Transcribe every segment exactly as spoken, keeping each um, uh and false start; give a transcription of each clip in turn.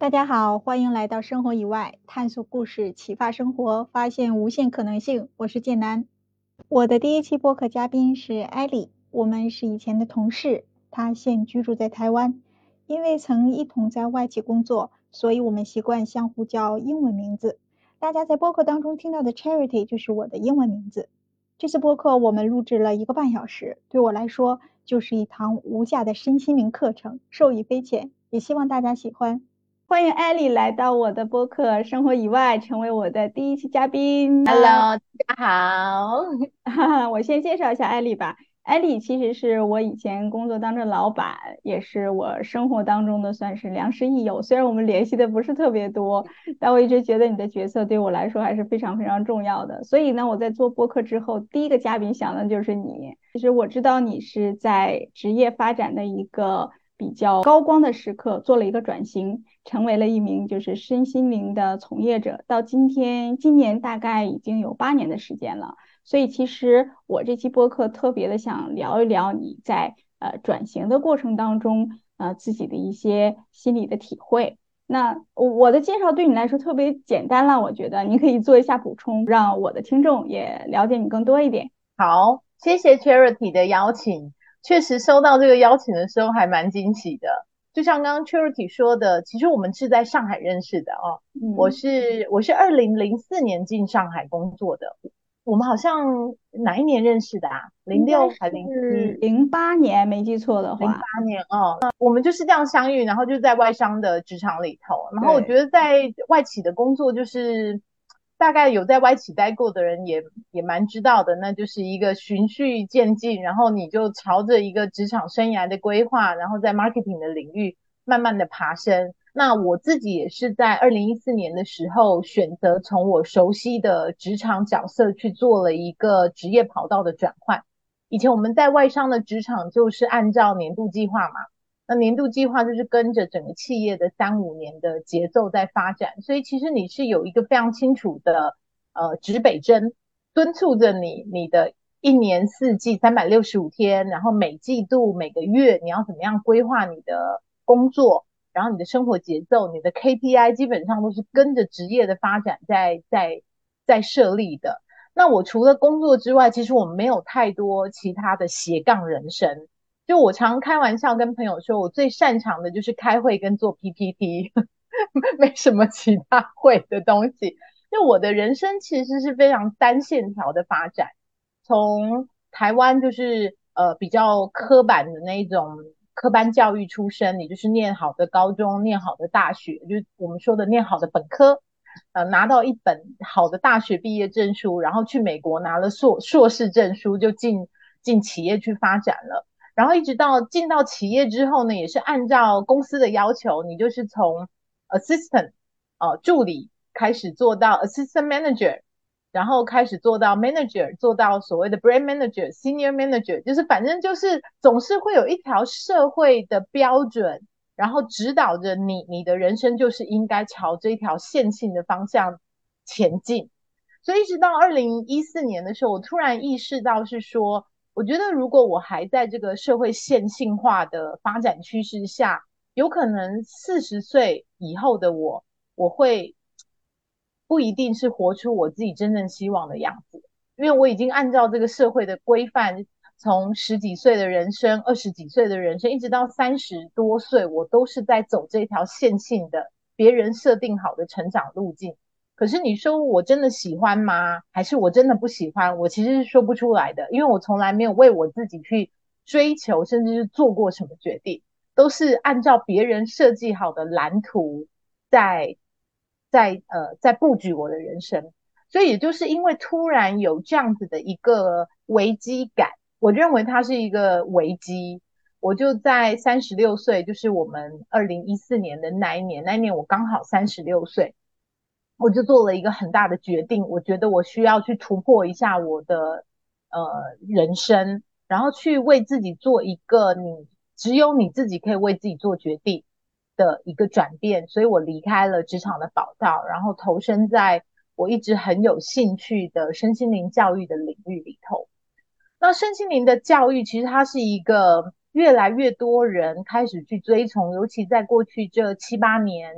大家好，欢迎来到生活以外，探索故事，启发生活，发现无限可能性。我是建南。我的第一期播客嘉宾是艾莉，我们是以前的同事，她现居住在台湾。因为曾一同在外企工作，所以我们习惯相互叫英文名字。大家在播客当中听到的 Charity 就是我的英文名字。这次播客我们录制了一个半小时，对我来说就是一堂无价的身心灵课程，受益匪浅，也希望大家喜欢。欢迎艾莉来到我的播客《生活以外》，成为我的第一期嘉宾。 Hello，大家好。 哈哈，我先介绍一下艾莉吧。艾莉其实是我以前工作当中的老板，也是我生活当中的算是良师益友。虽然我们联系的不是特别多，但我一直觉得你的角色对我来说还是非常非常重要的。所以呢，我在做播客之后，第一个嘉宾想的就是你。其实我知道你是在职业发展的一个比较高光的时刻做了一个转型，成为了一名就是身心灵的从业者。到今天，今年大概已经有八年的时间了。所以其实我这期播客特别的想聊一聊你在呃转型的过程当中呃自己的一些心理的体会。那我的介绍对你来说特别简单了，我觉得你可以做一下补充，让我的听众也了解你更多一点。 好，谢谢 Charity 的邀请。确实收到这个邀请的时候还蛮惊喜的。就像刚刚 Charity 说的，其实我们是在上海认识的哦。我嗯， 是我是二零零四年进上海工作的。我们好像哪一年认识的啊？零应该六还零是七？ 零八年，没记错的话。 零八年哦。我们就是这样相遇，然后就在外商的职场里头。然后我觉对。 得在外企的工作，就是大概有在外企待过的人也也蛮知道的，那就是一个循序渐进，然后你就朝着一个职场生涯的规划，然后在 marketing 的领域慢慢的爬升。那我自己也是在二零一四年的时候，选择从我熟悉的职场角色去做了一个职业跑道的转换。以前我们在外商的职场就是按照年度计划嘛，那年度计划就是跟着整个企业的三五年的节奏在发展，所以其实你是有一个非常清楚的呃指北针，敦促着你你的一年四季三百六十五天，然后每季度每个月你要怎么样规划你的工作，然后你的生活节奏，你的 K P I 基本上都是跟着职业的发展在在在设立的。那我除了工作之外，其实我没有太多其他的斜杠人生。就我常开玩笑跟朋友说，我最擅长的就是开会跟做 P P T，没什么其他会的东西。就我的人生其实是非常单线条的发展，从台湾就是呃比较刻板的那种科班教育出身，你就是念好的高中，念好的大学，就是我们说的念好的本科，呃，拿到一本好的大学毕业证书，然后去美国拿了硕硕士证书，就进进企业去发展了。然后一直到进到企业之后呢，也是按照公司的要求，你就是从 assistant 呃助理开始做到 assistant manager，然后开始做到 manager，做到所谓的 brand manager、senior manager，就是反正就是总是会有一条社会的标准，然后指导着你，你的人生就是应该朝这一条线性的方向前进。所以一直到二零一四年的时候，我突然意识到是说，我觉得如果我还在这个社会线性化的发展趋势下，有可能四十岁以后的我，我会不一定是活出我自己真正希望的样子，因为我已经按照这个社会的规范，从十几岁的人生、二十几岁的人生，一直到三十多岁，我都是在走这条线性的别人设定好的成长路径。可是你说我真的喜欢吗？还是我真的不喜欢？我其实是说不出来的，因为我从来没有为我自己去追求，甚至是做过什么决定，都是按照别人设计好的蓝图在在呃在布局我的人生。所以也就是因为突然有这样子的一个危机感，我认为它是一个危机。我就在三十六岁，就是我们二零一四年的那一年，那一年我刚好三十六岁，我就做了一个很大的决定，我觉得我需要去突破一下我的呃人生，然后去为自己做一个你只有你自己可以为自己做决定的一个转变，所以我离开了职场的跑道，然后投身在我一直很有兴趣的身心灵教育的领域里头。那身心灵的教育其实它是一个越来越多人开始去追从，尤其在过去这七八年，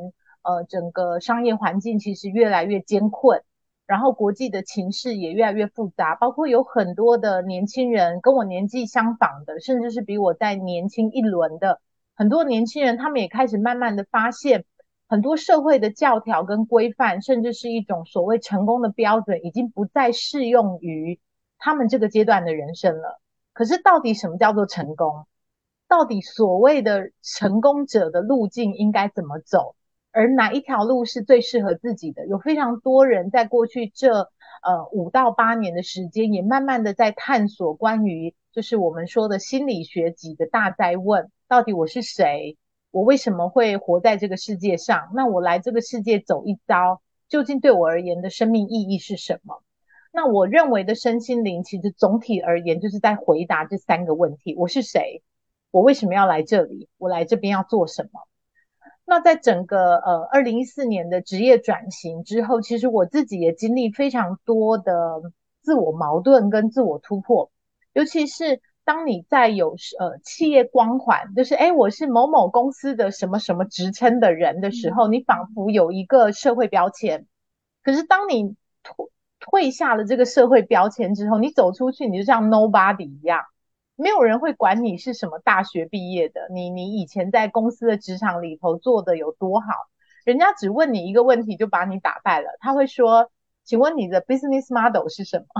呃整个商业环境其实越来越艰困，然后国际的情势也越来越复杂，包括有很多的年轻人跟我年纪相仿的，甚至是比我再年轻一轮的很多年轻人，他们也开始慢慢的发现，很多社会的教条跟规范，甚至是一种所谓成功的标准，已经不再适用于他们这个阶段的人生了。可是到底什么叫做成功？到底所谓的成功者的路径应该怎么走？而哪一条路是最适合自己的？有非常多人在过去这呃五到八年的时间，也慢慢的在探索关于就是我们说的心理学几个大哉问：到底我是谁？我为什么会活在这个世界上？那我来这个世界走一遭，究竟对我而言的生命意义是什么？那我认为的身心灵，其实总体而言就是在回答这三个问题：我是谁？我为什么要来这里？我来这边要做什么？那在整个呃二零一四年的职业转型之后，其实我自己也经历非常多的自我矛盾跟自我突破，尤其是当你在有呃企业光环，就是哎我是某某公司的什么什么职称的人的时候，你仿佛有一个社会标签。可是当你退退下了这个社会标签之后，你走出去，你就像 nobody 一样。没有人会管你是什么大学毕业的，你你以前在公司的职场里头做的有多好，人家只问你一个问题就把你打败了。他会说：请问你的 business model 是什么？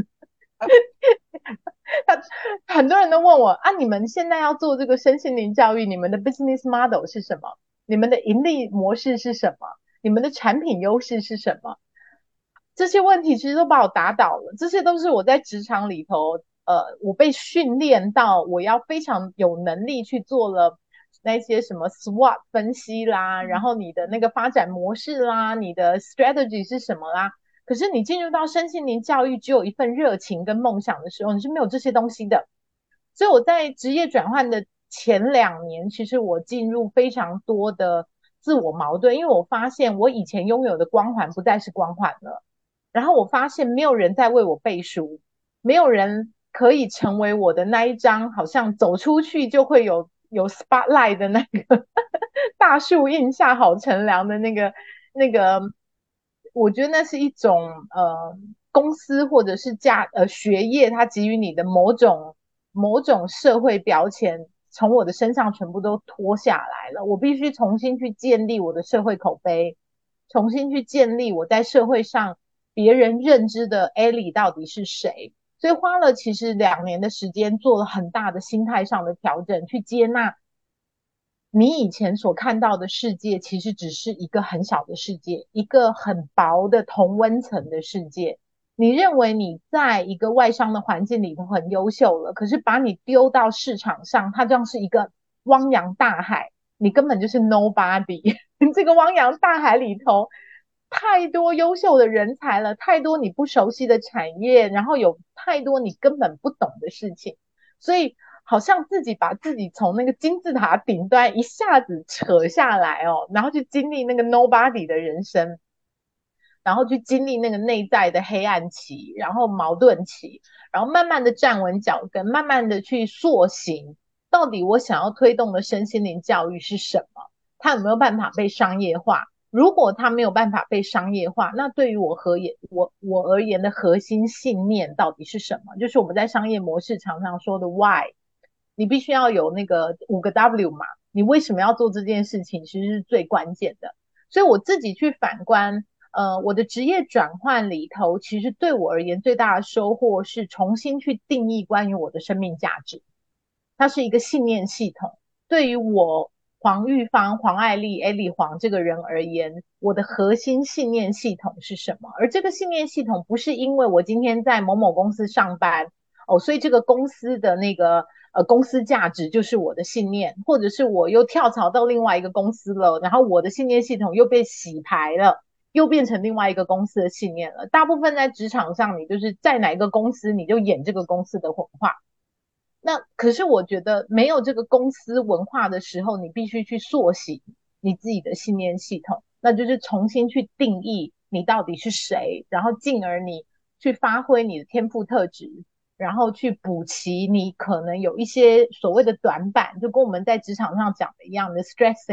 很多人都问我啊，你们现在要做这个身心灵教育，你们的 business model 是什么？你们的盈利模式是什么？你们的产品优势是什么？这些问题其实都把我打倒了，这些都是我在职场里头，呃，我被训练到我要非常有能力去做了那些什么 S W O T 分析啦，然后你的那个发展模式啦，你的 strategy 是什么啦。可是你进入到身心灵教育，只有一份热情跟梦想的时候，你是没有这些东西的。所以我在职业转换的前两年，其实我进入非常多的自我矛盾，因为我发现我以前拥有的光环不再是光环了。然后我发现没有人在为我背书，没有人可以成为我的那一张好像走出去就会有有 spotlight 的那个大树荫下好乘凉的那个那个，我觉得那是一种呃公司或者是家呃学业它给予你的某种某种社会标签，从我的身上全部都脱下来了。我必须重新去建立我的社会口碑，重新去建立我在社会上别人认知的 Ellie 到底是谁。所以花了其实两年的时间，做了很大的心态上的调整，去接纳你以前所看到的世界，其实只是一个很小的世界，一个很薄的同温层的世界。你认为你在一个外商的环境里头很优秀了，可是把你丢到市场上，它将是一个汪洋大海，你根本就是 nobody。这个汪洋大海里头，太多优秀的人才了，太多你不熟悉的产业，然后有太多你根本不懂的事情，所以好像自己把自己从那个金字塔顶端一下子扯下来哦，然后去经历那个 nobody 的人生，然后去经历那个内在的黑暗期，然后矛盾期，然后慢慢的站稳脚跟，慢慢的去塑形，到底我想要推动的身心灵教育是什么？它有没有办法被商业化？如果它没有办法被商业化，那对于我和言我我而言的核心信念到底是什么？就是我们在商业模式常常说的 why， 你必须要有那个五个 W 嘛，你为什么要做这件事情，其实是最关键的。所以我自己去反观，呃，我的职业转换里头，其实对我而言最大的收获是重新去定义关于我的生命价值。它是一个信念系统。对于我黄玉芳、黄爱丽、艾丽黄这个人而言，我的核心信念系统是什么？而这个信念系统不是因为我今天在某某公司上班哦，所以这个公司的那个呃公司价值就是我的信念，或者是我又跳槽到另外一个公司了，然后我的信念系统又被洗牌了。又变成另外一个公司的信念了。大部分在职场上，你就是在哪一个公司，你就演这个公司的文化。那可是我觉得没有这个公司文化的时候，你必须去塑形你自己的信念系统，那就是重新去定义你到底是谁，然后进而你去发挥你的天赋特质，然后去补齐你可能有一些所谓的短板，就跟我们在职场上讲的一样的 strength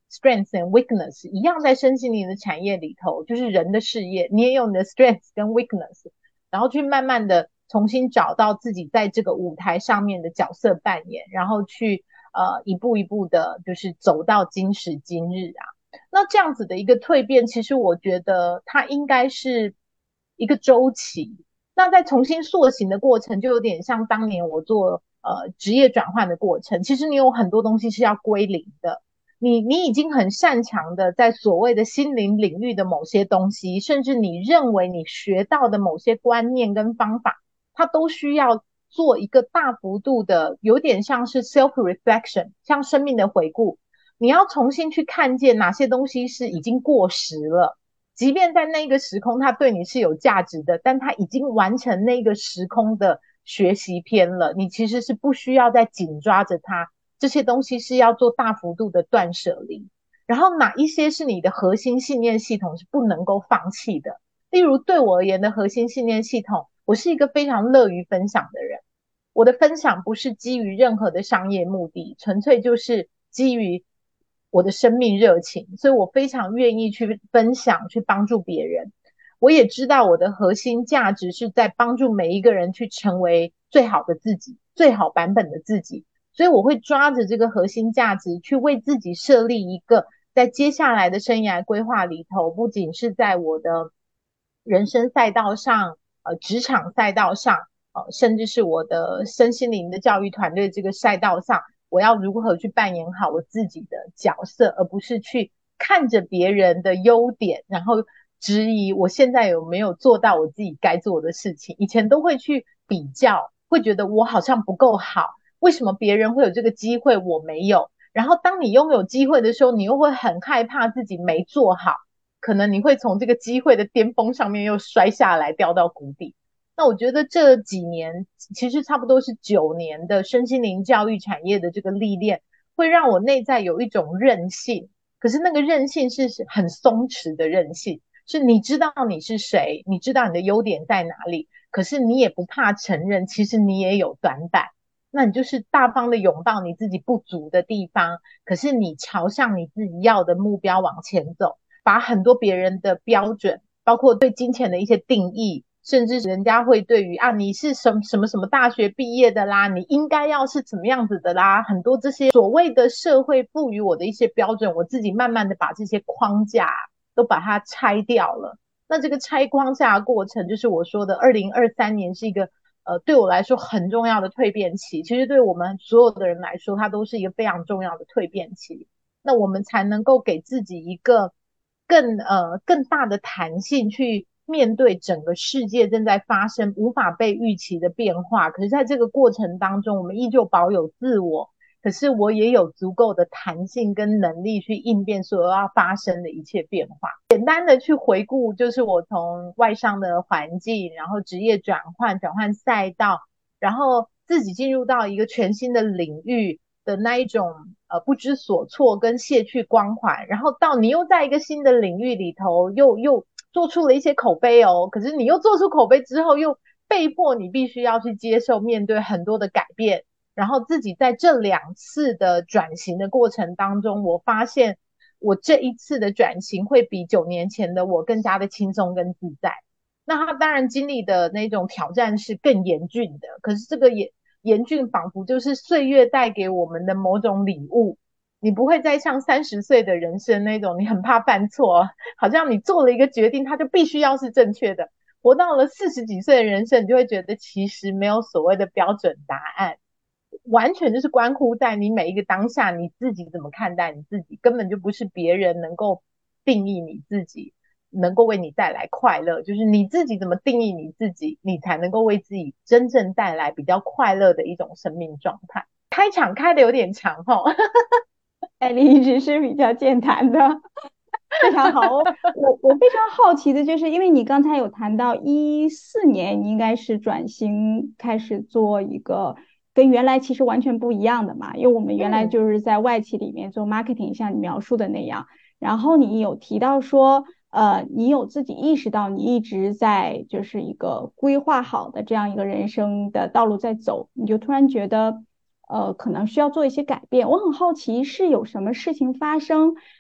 strengths and weakness 一样，在身心灵的产业里头，就是人的事业，你也有你的 strengths 跟 weakness， 然后去慢慢的重新找到自己在这个舞台上面的角色扮演，然后去呃一步一步的，就是走到今时今日啊。那这样子的一个蜕变，其实我觉得它应该是一个周期。那在重新塑形的过程，就有点像当年我做呃职业转换的过程。其实你有很多东西是要归零的，你你已经很擅长的在所谓的心灵领域的某些东西，甚至你认为你学到的某些观念跟方法，它都需要做一个大幅度的，有点像是 self reflection， 像生命的回顾。你要重新去看见哪些东西是已经过时了，即便在那个时空它对你是有价值的，但它已经完成那个时空的学习篇了，你其实是不需要再紧抓着它，这些东西是要做大幅度的断舍离。然后哪一些是你的核心信念系统是不能够放弃的，例如对我而言的核心信念系统，我是一个非常乐于分享的人，我的分享不是基于任何的商业目的，纯粹就是基于我的生命热情，所以我非常愿意去分享，去帮助别人。我也知道我的核心价值是在帮助每一个人去成为最好的自己，最好版本的自己，所以我会抓着这个核心价值去为自己设立一个在接下来的生涯规划里头，不仅是在我的人生赛道上，呃，职场赛道上，呃，甚至是我的身心灵的教育团队这个赛道上，我要如何去扮演好我自己的角色，而不是去看着别人的优点，然后质疑我现在有没有做到我自己该做的事情。以前都会去比较，会觉得我好像不够好，为什么别人会有这个机会我没有？然后当你拥有机会的时候，你又会很害怕自己没做好，可能你会从这个机会的巅峰上面又摔下来，掉到谷底。那我觉得这几年其实差不多是九年的身心灵教育产业的这个历练，会让我内在有一种韧性，可是那个韧性是很松弛的韧性，是你知道你是谁，你知道你的优点在哪里，可是你也不怕承认其实你也有短板，那你就是大方的拥抱你自己不足的地方，可是你朝向你自己要的目标往前走，把很多别人的标准，包括对金钱的一些定义，甚至人家会对于啊你是什么什么什么大学毕业的啦，你应该要是怎么样子的啦，很多这些所谓的社会赋予我的一些标准，我自己慢慢的把这些框架都把它拆掉了。那这个拆框架的过程，就是我说的二零二三年是一个呃对我来说很重要的蜕变期，其实对我们所有的人来说，它都是一个非常重要的蜕变期。那我们才能够给自己一个更呃更大的弹性去面对整个世界正在发生无法被预期的变化，可是在这个过程当中，我们依旧保有自我，可是我也有足够的弹性跟能力去应变所有要发生的一切变化。简单的去回顾，就是我从外商的环境，然后职业转换转换赛道，然后自己进入到一个全新的领域的那一种呃不知所措跟卸去光环，然后到你又在一个新的领域里头又又做出了一些口碑哦，可是你又做出口碑之后，又被迫你必须要去接受面对很多的改变，然后自己在这两次的转型的过程当中，我发现我这一次的转型会比九年前的我更加的轻松跟自在。那他当然经历的那种挑战是更严峻的，可是这个也严峻仿佛就是岁月带给我们的某种礼物。你不会再像三十岁的人生那种，你很怕犯错，好像你做了一个决定，它就必须要是正确的。活到了四十几岁的人生，你就会觉得其实没有所谓的标准答案，完全就是关乎在你每一个当下你自己怎么看待你自己，根本就不是别人能够定义你自己，能够为你带来快乐，就是你自己怎么定义你自己，你才能够为自己真正带来比较快乐的一种生命状态。开场开的有点长齁艾丽一直是比较健谈的，非常好。我我非常好奇的就是，因为你刚才有谈到一四年，你应该是转型开始做一个跟原来其实完全不一样的嘛，因为我们原来嗯就是在外企里面做 marketing，像你描述的那样。然后你有提到说，呃，你有自己意识到你一直在就是一个规划好的这样一个人生的道路在走，你就突然觉得。呃，可能需要做一些改变。我很好奇，是有什么事情发生，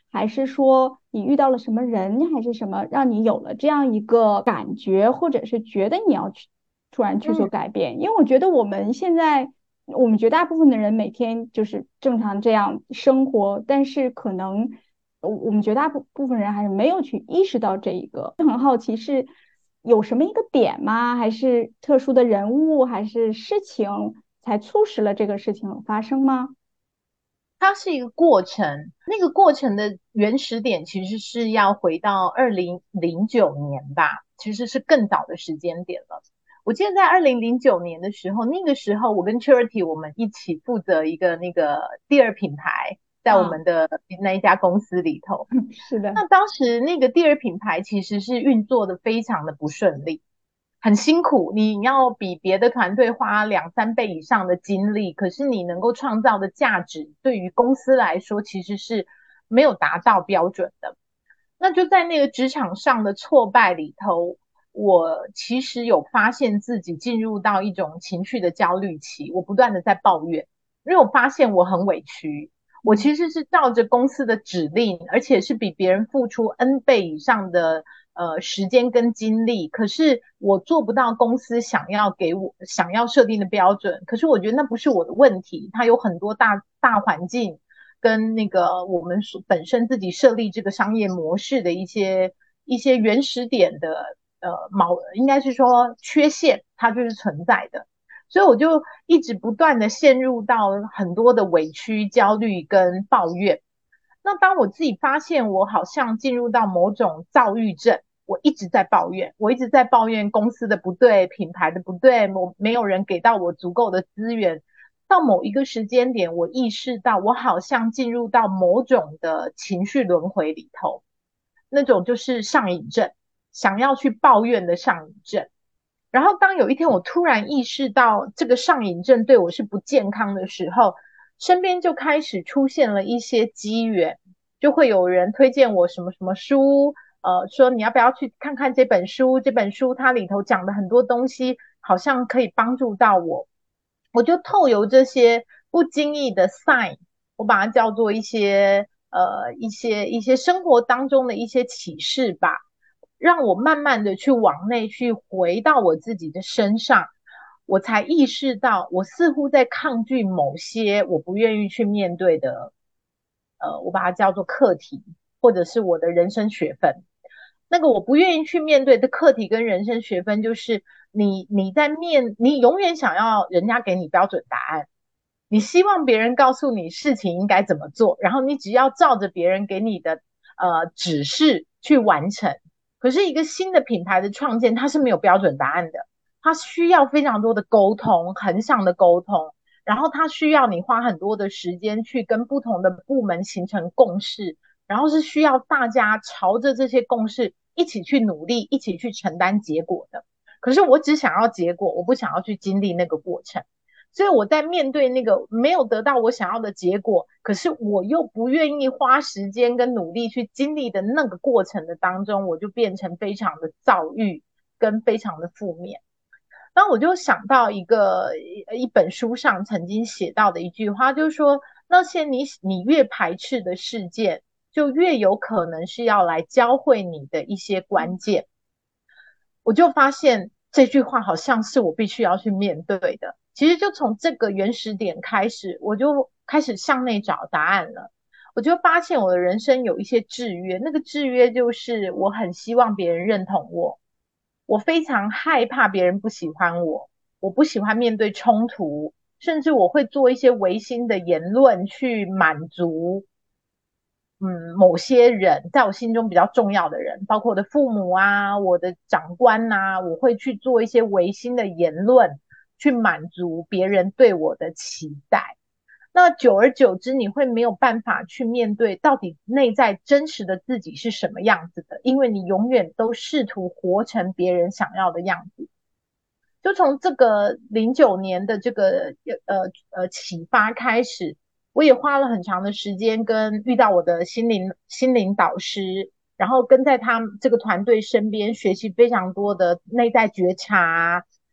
还是说你遇到了什么人，还是什么让你有了这样一个感觉，或者是觉得你要去突然去做嗯。 改变？因为我觉得我们现在，我们绝大部分的人每天就是正常这样生活，但是可能我我们绝大部部分人还是没有去意识到这一个。就很好奇是有什么一个点吗？还是特殊的人物，还是事情才促使了这个事情发生吗？ 它是一个过程，那个过程的原始点其实是要回到二零零九年吧，其实是更早的时间点了。我记得在二零零九年的时候，那个时候我跟 Charity 我们一起负责一个那个第二品牌，在我啊， 们的那一家公司里头。 是的。 那当时那个第二品牌其实是运作的非常的不顺利，很辛苦，你要比别的团队花两三倍以上的精力，可是你能够创造的价值对于公司来说其实是没有达到标准的。那就在那个职场上的挫败里头，我其实有发现自己进入到一种情绪的焦虑期，我不断的在抱怨，因为我发现我很委屈，我嗯。 其实是照着公司的指令，而且是比别人付出 N 倍以上的呃时间跟精力，可是我做不到公司想要给我想要设定的标准。可是我觉得那不是我的问题，它有很多大大环境跟那个我们所本身自己设立这个商业模式的一些一些原始点的呃毛，应该是说缺陷，它就是存在的。所以我就一直不断的陷入到很多的委屈、焦虑跟抱怨。那当我自己发现我好像进入到某种躁郁症，我一直在抱怨，我一直在抱怨公司的不对、品牌的不对，我没有人给到我足够的资源。到某一个时间点，我意识到我好像进入到某种的情绪轮回里头，那种就是上瘾症，想要去抱怨的上瘾症。然后当有一天我突然意识到这个上瘾症对我是不健康的时候，身边就开始出现了一些机缘，就会有人推荐我什么什么书，呃，说你要不要去看看这本书？这本书它里头讲的很多东西，好像可以帮助到我。我就透由这些不经意的 sign，我把它叫做一些呃一些一些生活当中的一些启示吧，让我慢慢的去往内去回到我自己的身上，我才意识到我似乎在抗拒某些我不愿意去面对的，呃，我把它叫做课题，或者是我的人生学分。那个我不愿意去面对的课题跟人生学分，就是你你在面，你永远想要人家给你标准答案，你希望别人告诉你事情应该怎么做，然后你只要照着别人给你的呃指示去完成。可是一个新的品牌的创建，它是没有标准答案的，它需要非常多的沟通，横向的沟通，然后它需要你花很多的时间去跟不同的部门形成共识，然后是需要大家朝着这些共识一起去努力，一起去承担结果的。可是我只想要结果，我不想要去经历那个过程。所以我在面对那个没有得到我想要的结果，可是我又不愿意花时间跟努力去经历的那个过程的当中，我就变成非常的躁郁跟非常的负面。然后我就想到一个一本书上曾经写到的一句话，就是说那些你你越排斥的事件，就越有可能是要来教会你的一些关键。我就发现这句话好像是我必须要去面对的。其实就从这个原始点开始，我就开始向内找答案了。我就发现我的人生有一些制约，那个制约就是我很希望别人认同我，我非常害怕别人不喜欢我，我不喜欢面对冲突，甚至我会做一些违心的言论去满足嗯，某些人在我心中比较重要的人，包括我的父母啊，我的长官啊，我会去做一些违心的言论，去满足别人对我的期待。那久而久之，你会没有办法去面对到底内在真实的自己是什么样子的，因为你永远都试图活成别人想要的样子。就从这个零九年的这个呃呃启发开始，我也花了很长的时间跟遇到我的心灵心灵导师，然后跟在他这个团队身边学习非常多的内在觉察，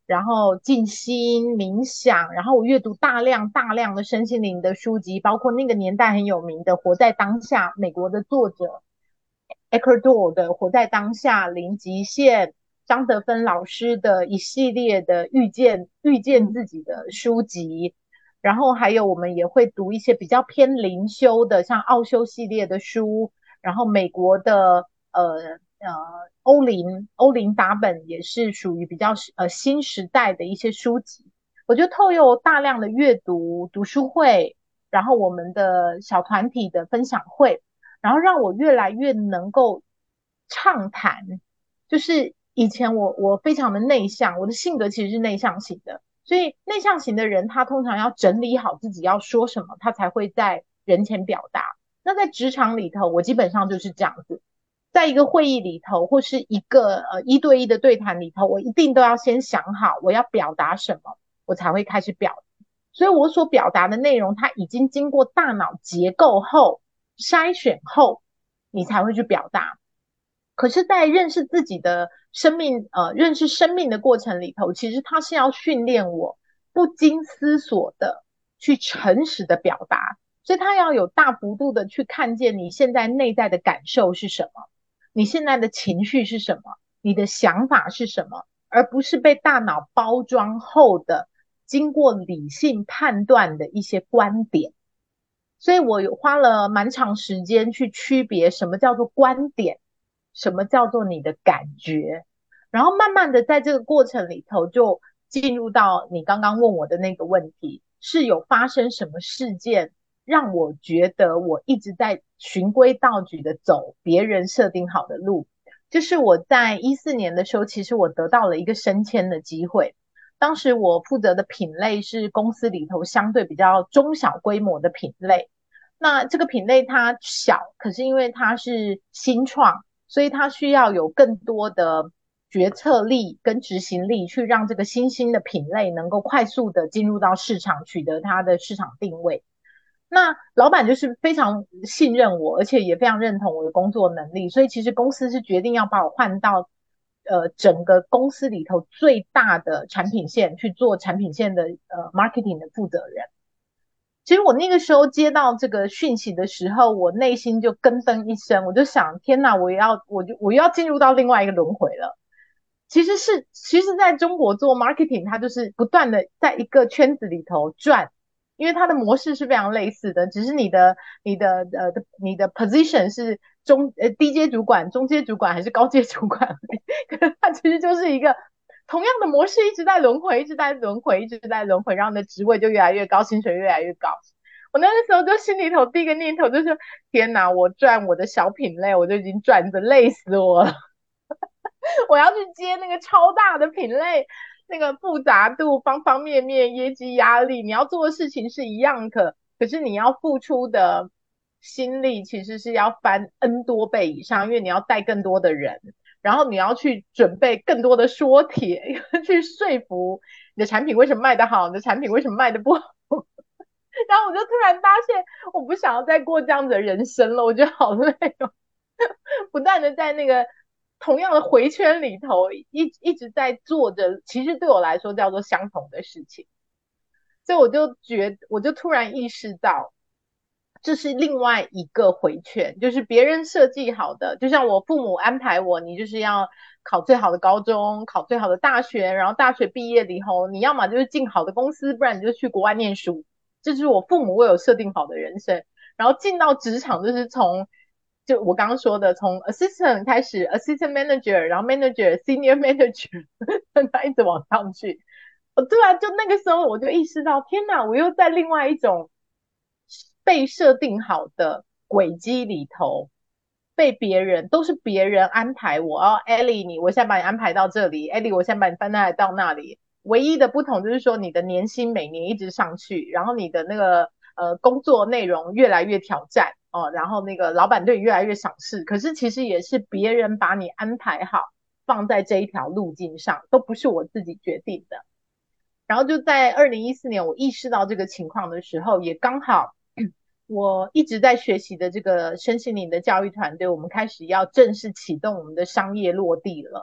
然后静心冥想，然后我阅读大量大量的身心灵的书籍，包括那个年代很有名的《活在当下》，美国的作者 Eckhart Tolle 的《活在当下》，零极限，张德芬老师的一系列的遇见遇见自己的书籍，然后还有我们也会读一些比较偏灵修的，像奥修系列的书，然后美国的呃呃欧林欧林达本也是属于比较呃新时代的一些书籍。我就透过大量的阅读读书会，然后我们的小团体的分享会，然后让我越来越能够畅谈。就是以前我我非常的内向，我的性格其实是内向型的，所以内向型的人他通常要整理好自己要说什么，他才会在人前表达。那在职场里头，我基本上就是这样子，在一个会议里头，或是一个呃一对一的对谈里头，我一定都要先想好我要表达什么，我才会开始表达。所以我所表达的内容，它已经经过大脑结构后筛选后，你才会去表达。可是，在认识自己的生命，呃，认识生命的过程里头，其实它是要训练我不经思索的去诚实的表达，所以它要有大幅度的去看见你现在内在的感受是什么，你现在的情绪是什么，你的想法是什么，而不是被大脑包装后的经过理性判断的一些观点。所以我有花了蛮长时间去区别什么叫做观点，什么叫做你的感觉，然后慢慢的在这个过程里头就进入到你刚刚问我的那个问题，是有发生什么事件让我觉得我一直在循规蹈矩的走别人设定好的路。就是我在一四年的时候，其实我得到了一个升迁的机会，当时我负责的品类是公司里头相对比较中小规模的品类。那这个品类它小，可是因为它是新创，所以它需要有更多的决策力跟执行力，去让这个新兴的品类能够快速的进入到市场，取得它的市场定位。那老板就是非常信任我，而且也非常认同我的工作能力，所以其实公司是决定要把我换到呃整个公司里头最大的产品线去做产品线的呃 marketing 的负责人。其实我那个时候接到这个讯息的时候，我内心就咯噔一声，我就想，天哪，我要我就我又要进入到另外一个轮回了。其实是，其实在中国做 marketing，它就是不断的在一个圈子里头转，因为它的模式是非常类似的，只是你的你的呃你的 position 是中呃低阶主管、中阶主管还是高阶主管，可是它其实就是一个同样的模式一直在轮回，一直在轮回，一直在轮回，让你的职位就越来越高，薪水越来越高。我那个时候就心里头第一个念头就是，天哪，我赚我的小品类，我就已经赚得累死我了。我要去接那个超大的品类，那个复杂度、方方面面、业绩压力，你要做的事情是一样的，可是你要付出的心力其实是要翻 N 多倍以上，因为你要带更多的人，然后你要去准备更多的说帖，去说服你的产品为什么卖得好，你的产品为什么卖得不好。然后我就突然发现，我不想要再过这样子的人生了，我觉得好累哦，不断的在那个同样的回圈里头一一直在做着，其实对我来说叫做相同的事情。所以我就觉，我就突然意识到，这是另外一个回圈，就是别人设计好的，就像我父母安排我，你就是要考最好的高中，考最好的大学，然后大学毕业了以后，你要么就是进好的公司，不然你就去国外念书。这是我父母为我设定好的人生。然后进到职场，就是从就我刚刚说的，从 assistant 开始 ，assistant manager，然后 manager，senior manager，他一直往上去。对啊，就那个时候我就意识到，天哪，我又在另外一种被设定好的轨迹里头，被别人都是别人安排我。哦，Ellie，你我现在把你安排到这里，Ellie，我现在把你搬来到那里。唯一的不同就是说，你的年薪每年一直上去，然后你的那个呃工作内容越来越挑战哦，然后那个老板对你越来越赏识。可是其实也是别人把你安排好，放在这一条路径上，都不是我自己决定的。然后就在二零一四年，我意识到这个情况的时候，也刚好我一直在学习的这个身心灵的教育团队，我们开始要正式启动我们的商业落地了。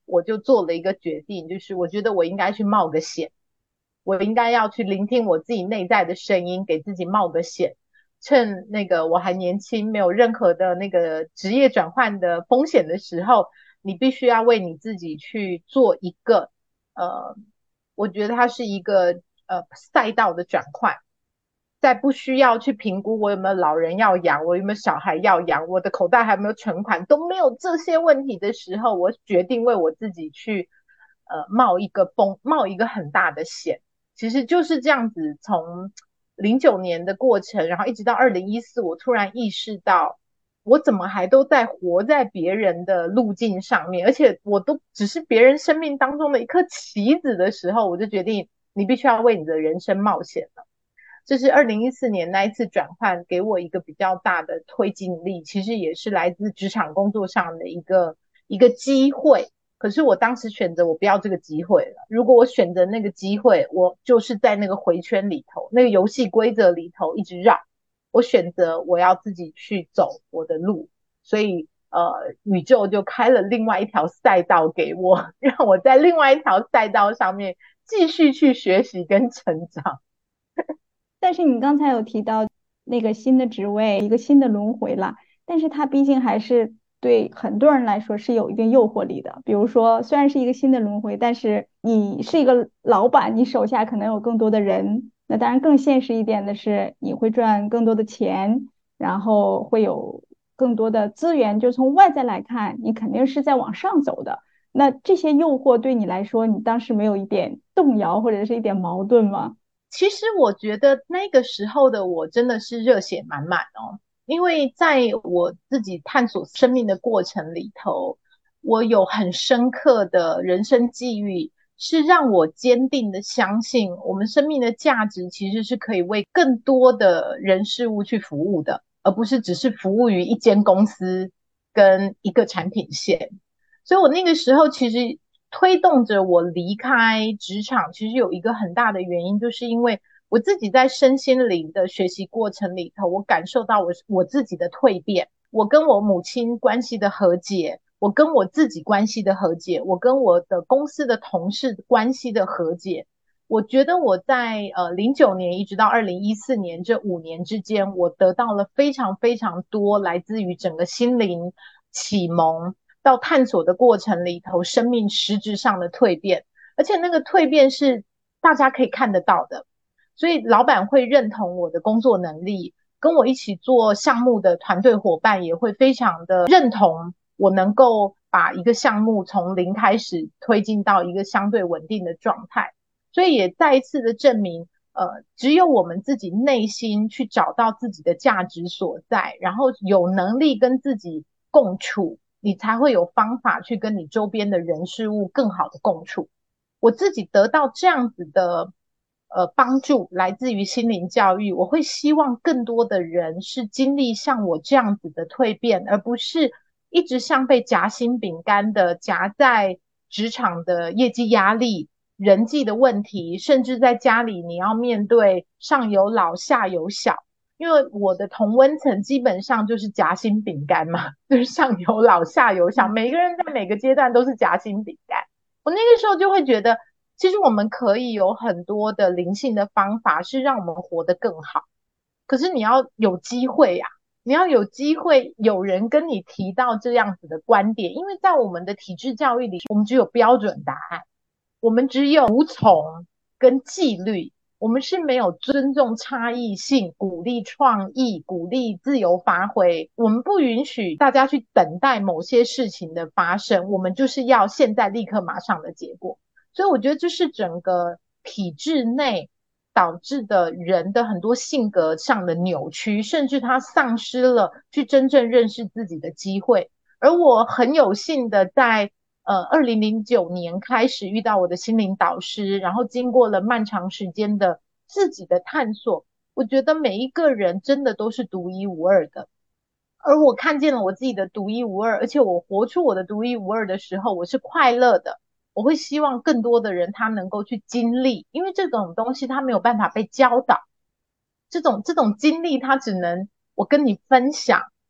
我就做了一个决定，就是我觉得我应该去冒个险，我应该要去聆听我自己内在的声音，给自己冒个险。趁那个我还年轻，没有任何的那个职业转换的风险的时候，你必须要为你自己去做一个，呃，我觉得它是一个呃赛道的转换。在不需要去评估我有没有老人要养，我有没有小孩要养，我的口袋还有没有存款，都没有这些问题的时候，我决定为我自己去呃冒一个风，冒一个很大的险。其实就是这样子，从零九年的过程，然后一直到二零一四，我突然意识到，我怎么还都在活在别人的路径上面，而且我都只是别人生命当中的一颗棋子的时候，我就决定你必须要为你的人生冒险了。这是二零一四年那一次转换给我一个比较大的推进力，其实也是来自职场工作上的一个一个机会。可是我当时选择我不要这个机会了。如果我选择那个机会，我就是在那个回圈里头，那个游戏规则里头一直绕。我选择我要自己去走我的路，所以呃，宇宙就开了另外一条赛道给我，让我在另外一条赛道上面继续去学习跟成长。 但是你刚才有提到那个新的职位，一个新的轮回了，但是它毕竟还是对很多人来说是有一定诱惑力的。比如说，虽然是一个新的轮回，但是你是一个老板，你手下可能有更多的人。那当然，更现实一点的是，你会赚更多的钱，然后会有更多的资源。就从外在来看，你肯定是在往上走的。那这些诱惑对你来说，你当时没有一点动摇或者是一点矛盾吗？ 其实我觉得那个时候的我真的是热血满满哦，因为在我自己探索生命的过程里头，我有很深刻的人生际遇，是让我坚定的相信，我们生命的价值其实是可以为更多的人事物去服务的，而不是只是服务于一间公司跟一个产品线。所以我那个时候其实推动着我离开职场，其实有一个很大的原因，就是因为我自己在身心灵的学习过程里头，我感受到我我自己的蜕变，我跟我母亲关系的和解，我跟我自己关系的和解，我跟我的公司的同事关系的和解。我觉得我在呃零九年一直到二零一四年这五年之间，我得到了非常非常多来自于整个心灵启蒙到探索的过程里头，生命实质上的蜕变，而且那个蜕变是大家可以看得到的，所以老板会认同我的工作能力，跟我一起做项目的团队伙伴也会非常的认同我能够把一个项目从零开始推进到一个相对稳定的状态，所以也再一次的证明。呃，只有我们自己内心去找到自己的价值所在，然后有能力跟自己共处，你才会有方法去跟你周边的人事物更好的共处。我自己得到这样子的呃帮助，来自于心灵教育，我会希望更多的人是经历像我这样子的蜕变，而不是一直像被夹心饼干的夹在职场的业绩压力、人际的问题，甚至在家里你要面对上有老下有小。因为我的同温层基本上就是夹心饼干嘛，就是上有老下有小，每个人在每个阶段都是夹心饼干。我那个时候就会觉得，其实我们可以有很多的灵性的方法，是让我们活得更好。可是你要有机会呀、啊，你要有机会有人跟你提到这样子的观点，因为在我们的体制教育里，我们只有标准答案，我们只有服从跟纪律，我们是没有尊重差异性、鼓励创意、鼓励自由发挥。我们不允许大家去等待某些事情的发生，我们就是要现在立刻马上的结果。所以我觉得这是整个体制内导致的人的很多性格上的扭曲，甚至他丧失了去真正认识自己的机会。而我很有幸的在呃，二零零九年开始遇到我的心灵导师，然后经过了漫长时间的自己的探索，我觉得每一个人真的都是独一无二的。而我看见了我自己的独一无二，而且我活出我的独一无二的时候，我是快乐的。我会希望更多的人他能够去经历，因为这种东西他没有办法被教导，这种这种经历他只能我跟你分享，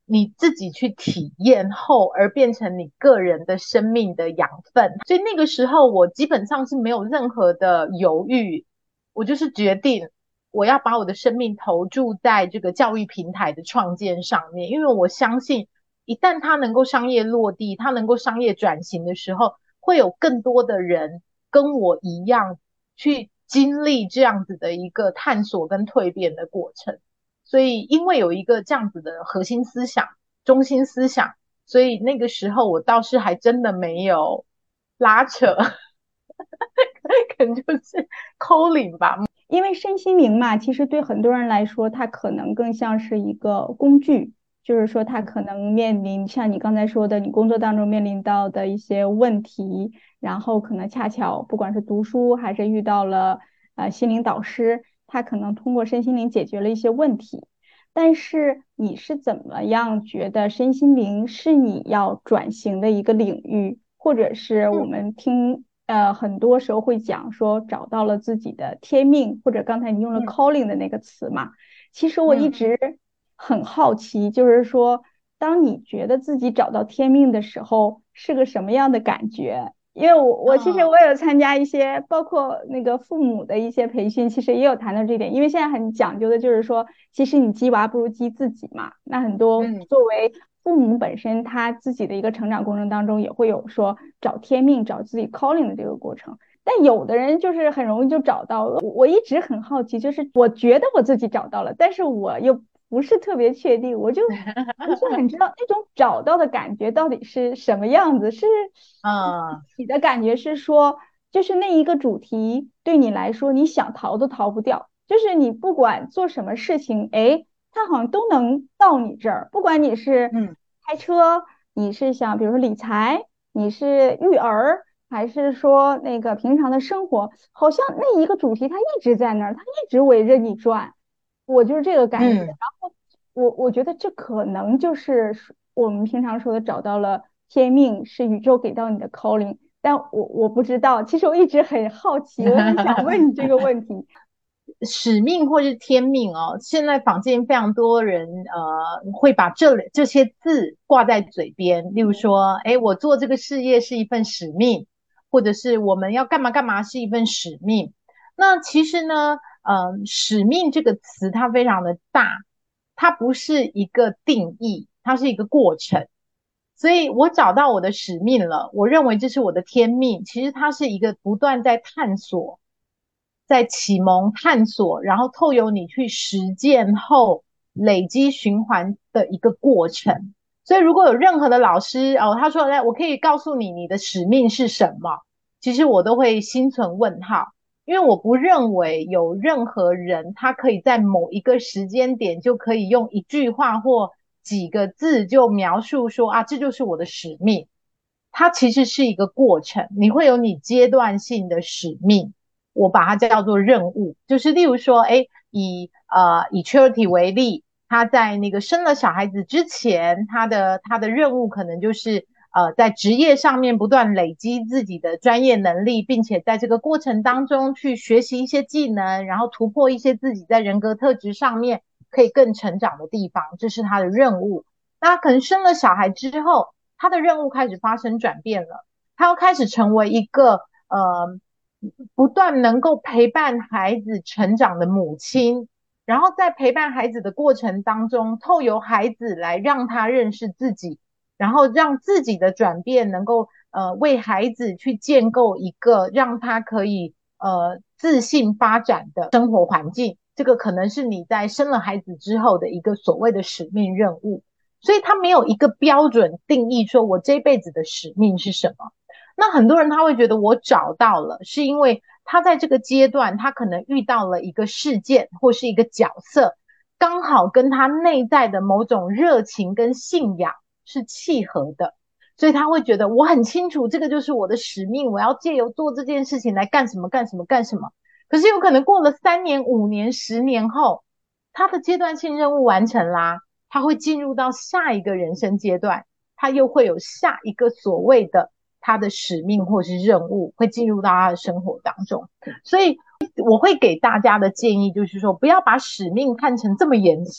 你自己去体验后而变成你个人的生命的养分。所以那个时候我基本上是没有任何的犹豫，我就是决定我要把我的生命投注在这个教育平台的创建上面，因为我相信一旦它能够商业落地，它能够商业转型的时候，会有更多的人跟我一样去经历这样子的一个探索跟蜕变的过程。所以因为有一个这样子的核心思想、中心思想，所以那个时候我倒是还真的没有拉扯，可能就是 calling 吧。 因为身心灵嘛，其实对很多人来说，它可能更像是一个工具，就是说他可能面临像你刚才说的，你工作当中面临到的一些问题，然后可能恰巧不管是读书还是遇到了呃心灵导师，他可能通过身心灵解决了一些问题。但是你是怎么样觉得身心灵是你要转型的一个领域，或者是我嗯们听呃很多时候会讲说找到了自己的天命，或者刚才你用了嗯 calling 的那个词嘛？其实我一嗯直很好奇，就是说，当你觉得自己找到天命的时候，是个什么样的感觉？因为我我其实哦我有参加一些，包括那个父母的一些培训，其实也有谈到这点。因为现在很讲究的就是说，其实你鸡娃不如鸡自己嘛。那很多嗯作为父母本身，他自己的一个成长过程当中，也会有说找天命、找自己 calling 的这个过程。但有的人就是很容易就找到了。我一直很好奇，就是我觉得我自己找到了，但是我又不是特别确定，我就不是很知道那种找到的感觉到底是什么样子。是嗯你的感觉是说，就是那一个主题对你来说，你想逃都逃不掉，就是你不管做什么事情，哎，它好像都能到你这儿，不管你是嗯开车，你是想比如说理财，你是育儿。还是说那个平常的生活，好像那一个主题它一直在那儿，它一直围着你转，我就是这个感觉。然嗯。 后我我觉得这可能就是我们平常说的找到了天命，是宇宙给到你的 calling。但我我不知道，其实我一直很好奇，我很想问你这个问题。 使命或是天命哦，现在坊间非常多人呃会把这这些字挂在嘴边，例如说，哎，我做这个事业是一份使命，或者是我们要干嘛干嘛是一份使命。那其实呢，呃，使命这个词它非常的大，它不是一个定义，它是一个过程。所以我找到我的使命了，我认为这是我的天命。其实它是一个不断在探索、在启蒙、探索，然后透由你去实践后累积循环的一个过程。所以如果有任何的老师哦，他说来，我可以告诉你你的使命是什么，其实我都会心存问号，因为我不认为有任何人他可以在某一个时间点就可以用一句话或几个字就描述说啊，这就是我的使命。它其实是一个过程，你会有你阶段性的使命，我把它叫做任务。就是例如说，哎，以呃以 Charity 为例，他在那个生了小孩子之前，他的他的任务可能就是呃在职业上面不断累积自己的专业能力，并且在这个过程当中去学习一些技能，然后突破一些自己在人格特质上面可以更成长的地方，这是他的任务。那可能生了小孩之后，他的任务开始发生转变了，他要开始成为一个呃不断能够陪伴孩子成长的母亲，然后在陪伴孩子的过程当中，透由孩子来让他认识自己，然后让自己的转变能够呃为孩子去建构一个让他可以呃自信发展的生活环境。这个可能是你在生了孩子之后的一个所谓的使命任务。所以他没有一个标准定义说我这辈子的使命是什么。那很多人他会觉得我找到了，是因为他在这个阶段他可能遇到了一个事件或是一个角色，刚好跟他内在的某种热情跟信仰是契合的，所以他会觉得我很清楚这个就是我的使命，我要借由做这件事情来干什么干什么干什么。可是有可能过了三年五年十年后，他的阶段性任务完成啦，他会进入到下一个人生阶段，他又会有下一个所谓的他的使命或是任务会进入到他的生活当中。所以我会给大家的建议就是说，不要把使命看成这么严肃，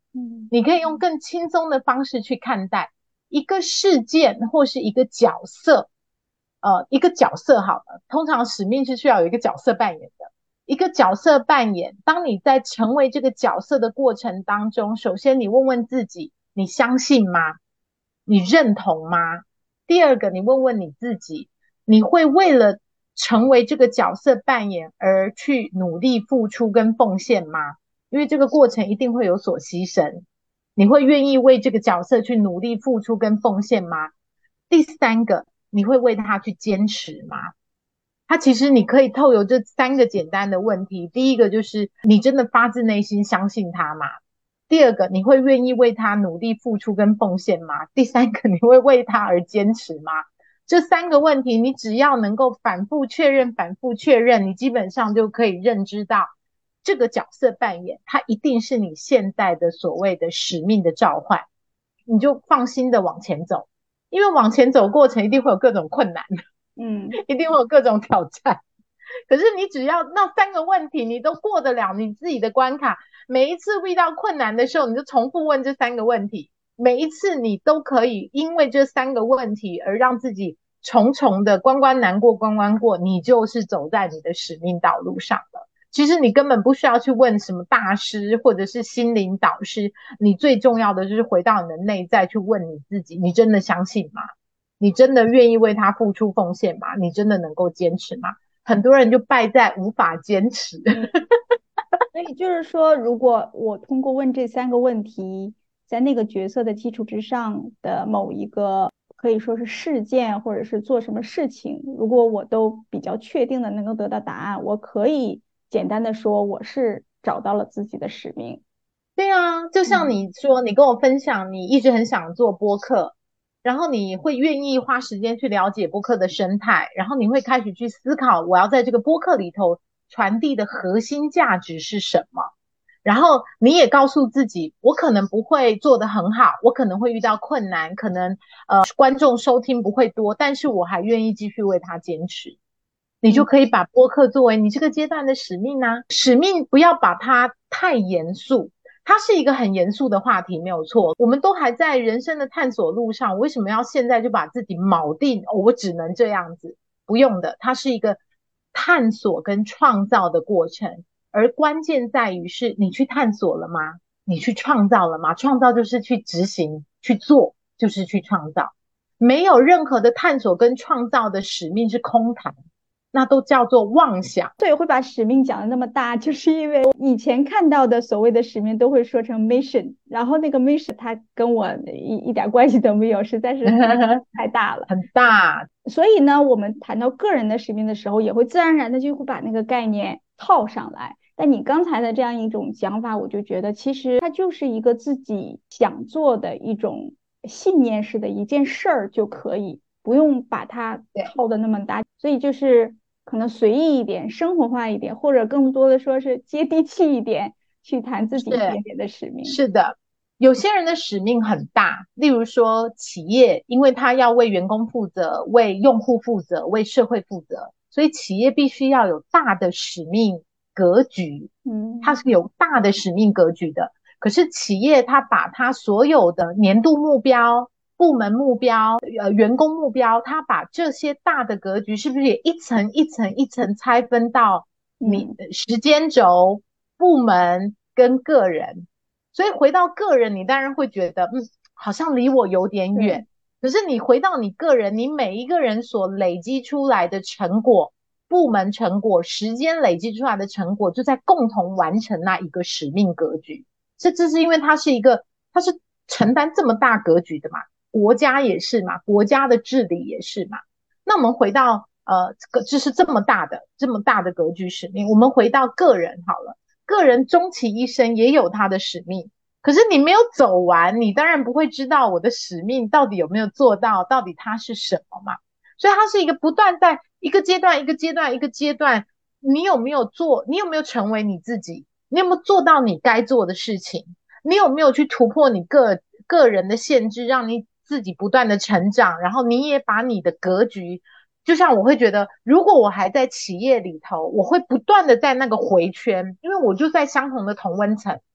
嗯你可以用更轻松的方式去看待一个事件或是一个角色。呃，一个角色好了，通常使命是需要有一个角色扮演的。一个角色扮演，当你在成为这个角色的过程当中，首先你问问自己，你相信吗？你认同吗？第二个，你问问你自己，你会为了成为这个角色扮演而去努力付出跟奉献吗？因为这个过程一定会有所牺牲，你会愿意为这个角色去努力付出跟奉献吗？第三个，你会为他去坚持吗？他其实你可以透由这三个简单的问题，第一个就是你真的发自内心相信他吗？第二个，你会愿意为他努力付出跟奉献吗？第三个，你会为他而坚持吗？这三个问题，你只要能够反复确认、反复确认，你基本上就可以认知到这个角色扮演，它一定是你现在的所谓的使命的召唤，你就放心的往前走，因为往前走过程一定会有各种困难， 嗯。 一定会有各种挑战。可是你只要那三个问题你都过得了你自己的关卡，每一次遇到困难的时候，你就重复问这三个问题，每一次你都可以因为这三个问题而让自己重重的关关难过关关过，你就是走在你的使命道路上了。其实你根本不需要去问什么大师或者是心灵导师，你最重要的就是回到你的内在去问你自己，你真的相信吗？你真的愿意为他付出奉献吗？你真的能够坚持吗？很多人就败在无法坚持。 嗯，所以就是说，如果我通过问这三个问题，在那个角色的基础之上的某一个可以说是事件，或者是做什么事情，如果我都比较确定的能够得到答案，我可以简单的说我是找到了自己的使命。 对啊，就像嗯你说，你跟我分享，你一直很想做播客，然后你会愿意花时间去了解播客的生态，然后你会开始去思考，我要在这个播客里头传递的核心价值是什么。然后你也告诉自己，我可能不会做得很好，我可能会遇到困难，可能呃观众收听不会多，但是我还愿意继续为他坚持。你就嗯， 可以把播客作为你这个阶段的使命啊。使命不要把它太严肃，它是一个很严肃的话题，没有错。我们都还在人生的探索路上，为什么要现在就把自己铆定？哦，我只能这样子？不用的，它是一个探索跟创造的过程，而关键在于是你去探索了吗？你去创造了吗？创造就是去执行、去做，就是去创造。没有任何的探索跟创造的使命是空谈，那都叫做妄想。 对，会把使命讲的那么大，就是因为以前看到的所谓的使命都会说成 mission，然后那个 mission 它跟我一一点关系都没有，实在是太大了。 很大。 所以呢，我们谈到个人的使命的时候，也会自然而然的就会把那个概念套上来。但你刚才的这样一种讲法，我就觉得其实它就是一个自己想做的一种信念式的一件事儿就可以，不用把它对， 套的那么大。所以就是可能随意一点、生活化一点，或者更多的说是接地气一点，去谈自己一是点点的使命。 是的。有些人的使命很大，例如说企业，因为他要为员工负责、为用户负责、为社会负责，所以企业必须要有大的使命格局，它嗯， 是有大的使命格局的。可是企业它把它所有的年度目标、部门目标、呃员工目标，它把这些大的格局，是不是也一层一层一层拆分到你嗯， 时间轴、部门跟个人？所以回到个人，你当然会觉得，嗯，好像离我有点对。 远。可是你回到你个人，你每一个人所累积出来的成果，部门成果、时间累积出来的成果，就在共同完成那一个使命格局。这这是因为它是一个，它是承担这么大格局的嘛，国家也是嘛，国家的治理也是嘛。那我们回到呃，这个就是这么大的这么大的格局使命，我们回到个人好了。个人终其一生也有他的使命，可是你没有走完，你当然不会知道我的使命到底有没有做到，到底它是什么嘛。所以它是一个不断在一个阶段一个阶段一个阶段，你有没有做，你有没有成为你自己，你有没有做到你该做的事情，你有没有去突破你个个人的限制，让你自己不断的成长，然后你也把你的格局，就像我会觉得，如果我还在企业里头，我会不断的在那个回圈，因为我就在相同的同温层，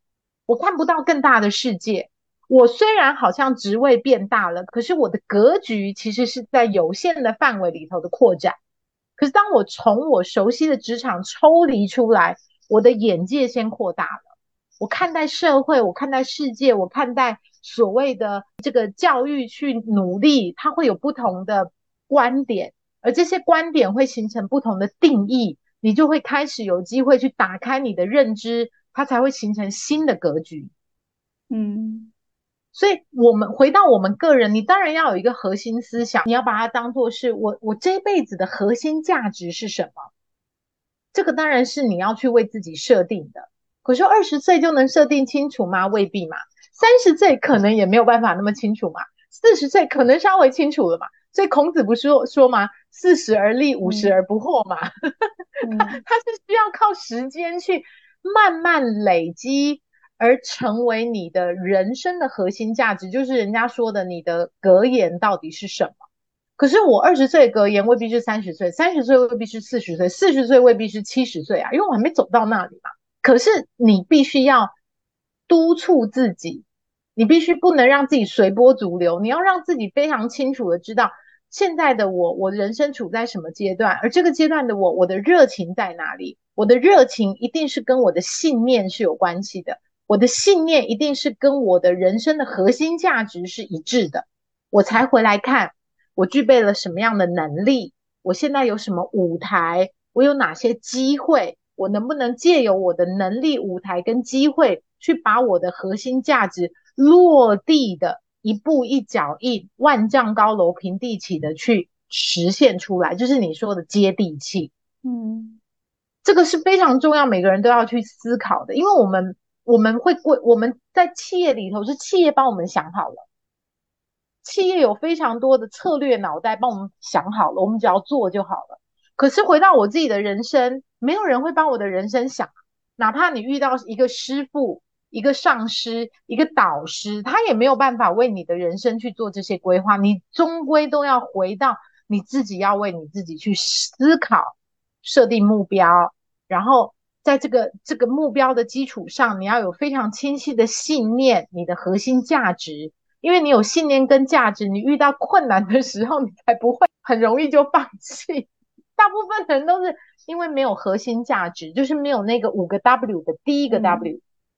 我看不到更大的世界。我虽然好像职位变大了，可是我的格局其实是在有限的范围里头的扩展。可是当我从我熟悉的职场抽离出来，我的眼界先扩大了。我看待社会，我看待世界，我看待所谓的这个教育去努力，它会有不同的观点，而这些观点会形成不同的定义，你就会开始有机会去打开你的认知，它才会形成新的格局。 嗯所以我们回到我们个人，你当然要有一个核心思想，你要把它当做是我我这辈子的核心价值是什么？这个当然是你要去为自己设定的。可是二十岁就能设定清楚吗？未必嘛。三十岁可能也没有办法那么清楚嘛。四十岁可能稍微清楚了嘛。所以孔子不是说说吗？四十而立，五十嗯而不惑嘛。 嗯它是需要靠时间去慢慢累积，而成为你的人生的核心价值，就是人家说的你的格言到底是什么。可是我二十岁的格言未必是三十岁，三十岁未必是四十岁，四十岁未必是七十岁啊，因为我还没走到那里嘛。可是你必须要督促自己，你必须不能让自己随波逐流，你要让自己非常清楚的知道现在的我，我人生处在什么阶段，而这个阶段的我，我的热情在哪里？我的热情一定是跟我的信念是有关系的，我的信念一定是跟我的人生的核心价值是一致的，我才回来看我具备了什么样的能力，我现在有什么舞台，我有哪些机会，我能不能借由我的能力、舞台跟机会，去把我的核心价值落地的一步一脚印、万丈高楼平地起的去实现出来，就是你说的接地气。 嗯这个是非常重要，每个人都要去思考的，因为我们我们会过我们在企业里头是企业帮我们想好了。企业有非常多的策略脑袋帮我们想好了，我们只要做就好了。可是回到我自己的人生，没有人会帮我的人生想，哪怕你遇到一个师傅、一个上师、一个导师，他也没有办法为你的人生去做这些规划。你终归都要回到你自己，要为你自己去思考、设定目标，然后在这个这个目标的基础上，你要有非常清晰的信念，你的核心价值。因为你有信念跟价值，你遇到困难的时候，你才不会很容易就放弃。大部分人都是因为没有核心价值，就是没有那个五个 W 的第一个嗯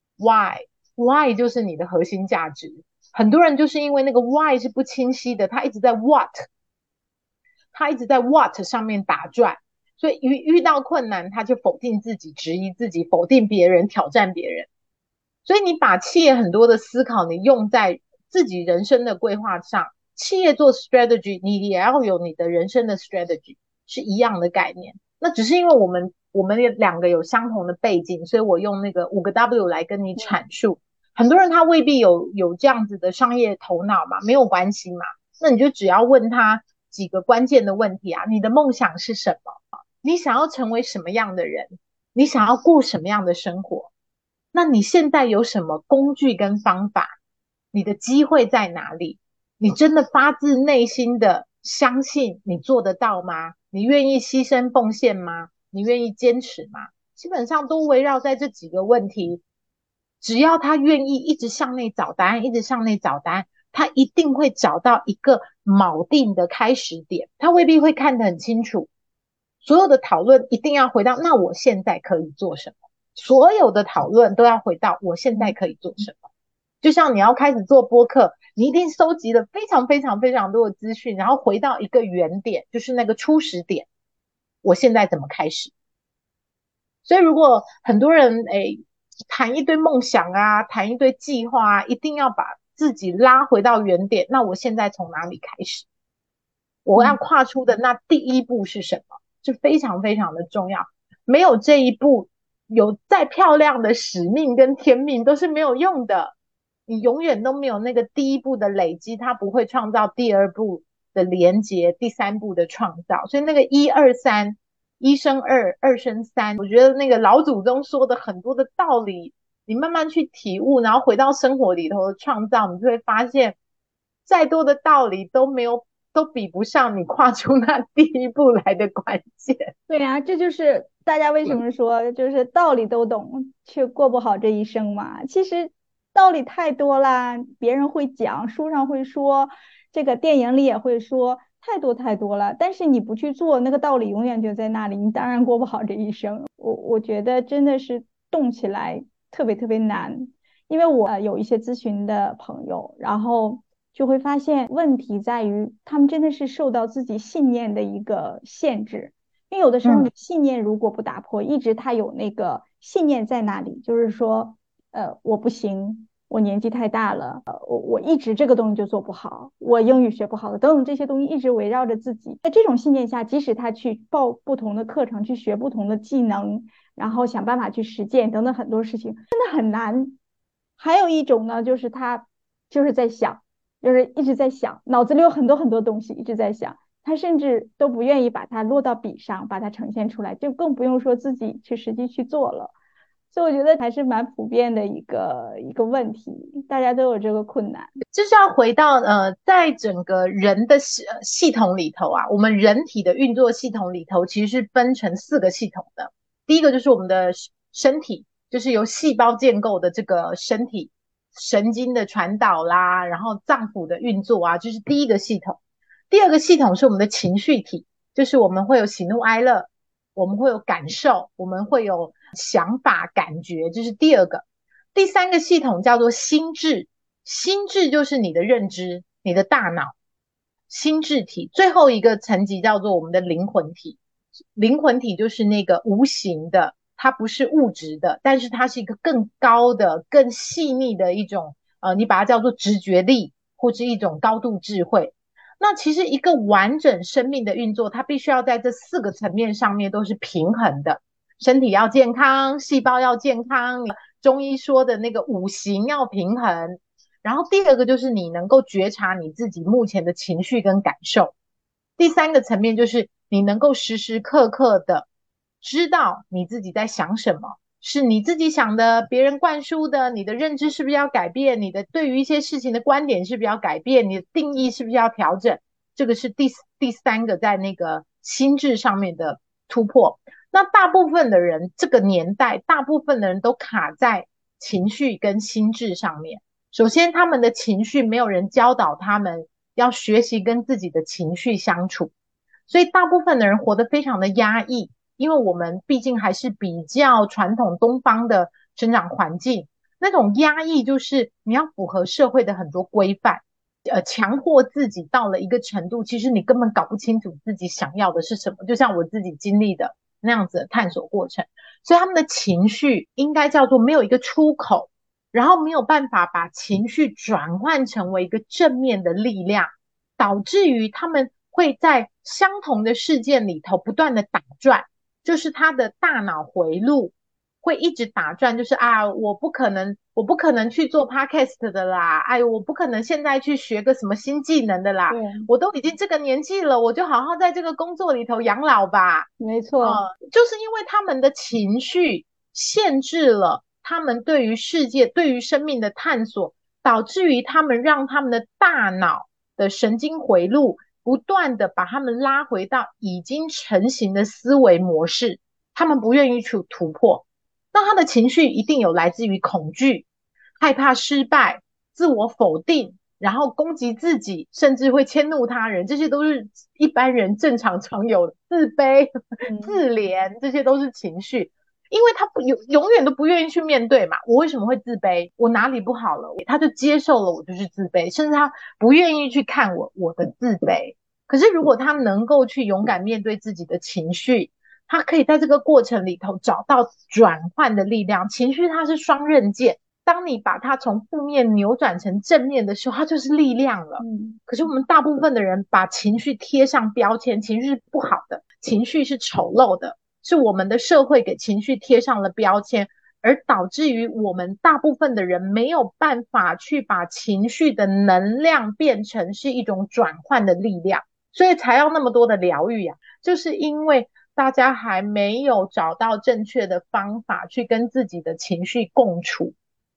W，Why，Why 就是你的核心价值。很多人就是因为那个 Why 是不清晰的，他一直在 What，他一直在 What 上面打转，所以遇遇到困难，他就否定自己、质疑自己、否定别人、挑战别人。所以你把企业很多的思考，你用在自己人生的规划上，企业做 strategy，你也要有你的人生的 strategy，是一样的概念。那只是因为我们我们两个有相同的背景，所以我用那个五个 W 来跟你阐述。很多人他未必有有这样子的商业头脑嘛，没有关系嘛。那你就只要问他几个关键的问题啊，你的梦想是什么？你想要成为什么样的人？你想要过什么样的生活？那你现在有什么工具跟方法？你的机会在哪里？你真的发自内心的相信你做得到吗？你愿意牺牲奉献吗？你愿意坚持吗？基本上都围绕在这几个问题。只要他愿意一直向内找答案，一直向内找答案，他一定会找到一个锚定的开始点。他未必会看得很清楚。所有的讨论一定要回到，那我现在可以做什么？所有的讨论都要回到我现在可以做什么。就像你要开始做播客，你一定收集了非常非常非常多的资讯，然后回到一个原点，就是那个初始点，我现在怎么开始？所以如果很多人诶谈一堆梦想啊，谈一堆计划啊，一定要把自己拉回到原点，那我现在从哪里开始？我要嗯跨出的那第一步是什么？是非常非常的重要。没有这一步，有再漂亮的使命跟天命都是没有用的。你永远都没有那个第一步的累积，它不会创造第二步的连接，第三步的创造。所以那个一二三，一生二，二生三，我觉得那个老祖宗说的很多的道理，你慢慢去体悟，然后回到生活里头的创造，你就会发现，再多的道理都没有都比不上你跨出那第一步来的关键。 对呀，这就是大家为什么说就是道理都懂，却过不好这一生嘛。其实道理太多啦，别人会讲，书上会说，这个电影里也会说，太多太多了。但是你不去做，那个道理永远就在那里，你当然过不好这一生。我我觉得真的是动起来特别特别难，因为我呃有一些咨询的朋友，然后就会发现问题在于他们真的是受到自己信念的一个限制。因为有的时候你嗯信念如果不打破，一直他有那个信念在那里，就是说，呃，我不行，我年纪太大了，呃，我我一直这个东西就做不好，我英语学不好，等等这些东西一直围绕着自己。在这种信念下，即使他去报不同的课程，去学不同的技能，然后想办法去实践等等很多事情，真的很难。还有一种呢，就是他就是在想，就是一直在想，脑子里有很多很多东西一直在想。他甚至都不愿意把它落到笔上，把它呈现出来，就更不用说自己去实际去做了。所以我觉得还是蛮普遍的一个一个问题，大家都有这个困难。 就是要回到呃，在整个人的系呃系统里头啊，我们人体的运作系统里头其实是分成四个系统的。第一个就是我们的身体，就是由细胞建构的这个身体，神经的传导啦，然后脏腑的运作啊，这是第一个系统。第二个系统是我们的情绪体，就是我们会有喜怒哀乐，我们会有感受，我们会有想法、感觉，这是第二个。第三个系统叫做心智，心智就是你的认知，你的大脑，心智体。最后一个层级叫做我们的灵魂体，灵魂体就是那个无形的，它不是物质的，但是它是一个更高的、更细腻的一种，呃，你把它叫做直觉力，或是一种高度智慧。那其实一个完整生命的运作，它必须要在这四个层面上面都是平衡的。身体要健康，细胞要健康，中医说的那个五行要平衡。然后第二个就是你能够觉察你自己目前的情绪跟感受。第三个层面就是你能够时时刻刻的知道你自己在想什么，是你自己想的，别人灌输的，你的认知是不是要改变，你的对于一些事情的观点是不是要改变，你的定义是不是要调整，这个是第第三个在那个心智上面的突破。那大部分的人，这个年代大部分的人都卡在情绪跟心智上面。首先他们的情绪没有人教导他们要学习跟自己的情绪相处，所以大部分的人活得非常的压抑，因为我们毕竟还是比较传统东方的生长环境，那种压抑就是你要符合社会的很多规范，呃，强迫自己到了一个程度，其实你根本搞不清楚自己想要的是什么，就像我自己经历的那样子的探索过程。所以他们的情绪应该叫做没有一个出口，然后没有办法把情绪转换成为一个正面的力量，导致于他们会在相同的事件里头不断的打转，就是他的大脑回路会一直打转，就是啊，我不可能，我不可能去做 podcast 的啦，哎，我不可能现在去学个什么新技能的啦， 对， 我都已经这个年纪了，我就好好在这个工作里头养老吧。 没错。 呃，就是因为他们的情绪限制了他们对于世界、对于生命的探索，导致于他们让他们的大脑的神经回路不断的把他们拉回到已经成型的思维模式，他们不愿意去突破。那他的情绪一定有来自于恐惧、害怕失败、自我否定，然后攻击自己，甚至会迁怒他人，这些都是一般人正常常有的。自卑、 嗯， 自怜，这些都是情绪。因为他不永永远都不愿意去面对嘛，我为什么会自卑？我哪里不好了？他就接受了我就是自卑，甚至他不愿意去看我我的自卑。可是如果他能够去勇敢面对自己的情绪，他可以在这个过程里头找到转换的力量。情绪它是双刃剑，当你把它从负面扭转成正面的时候，它就是力量了。 嗯， 可是我们大部分的人把情绪贴上标签，情绪是不好的，情绪是丑陋的，是我们的社会给情绪贴上了标签，而导致于我们大部分的人没有办法去把情绪的能量变成是一种转换的力量，所以才要那么多的疗愈啊，就是因为大家还没有找到正确的方法去跟自己的情绪共处。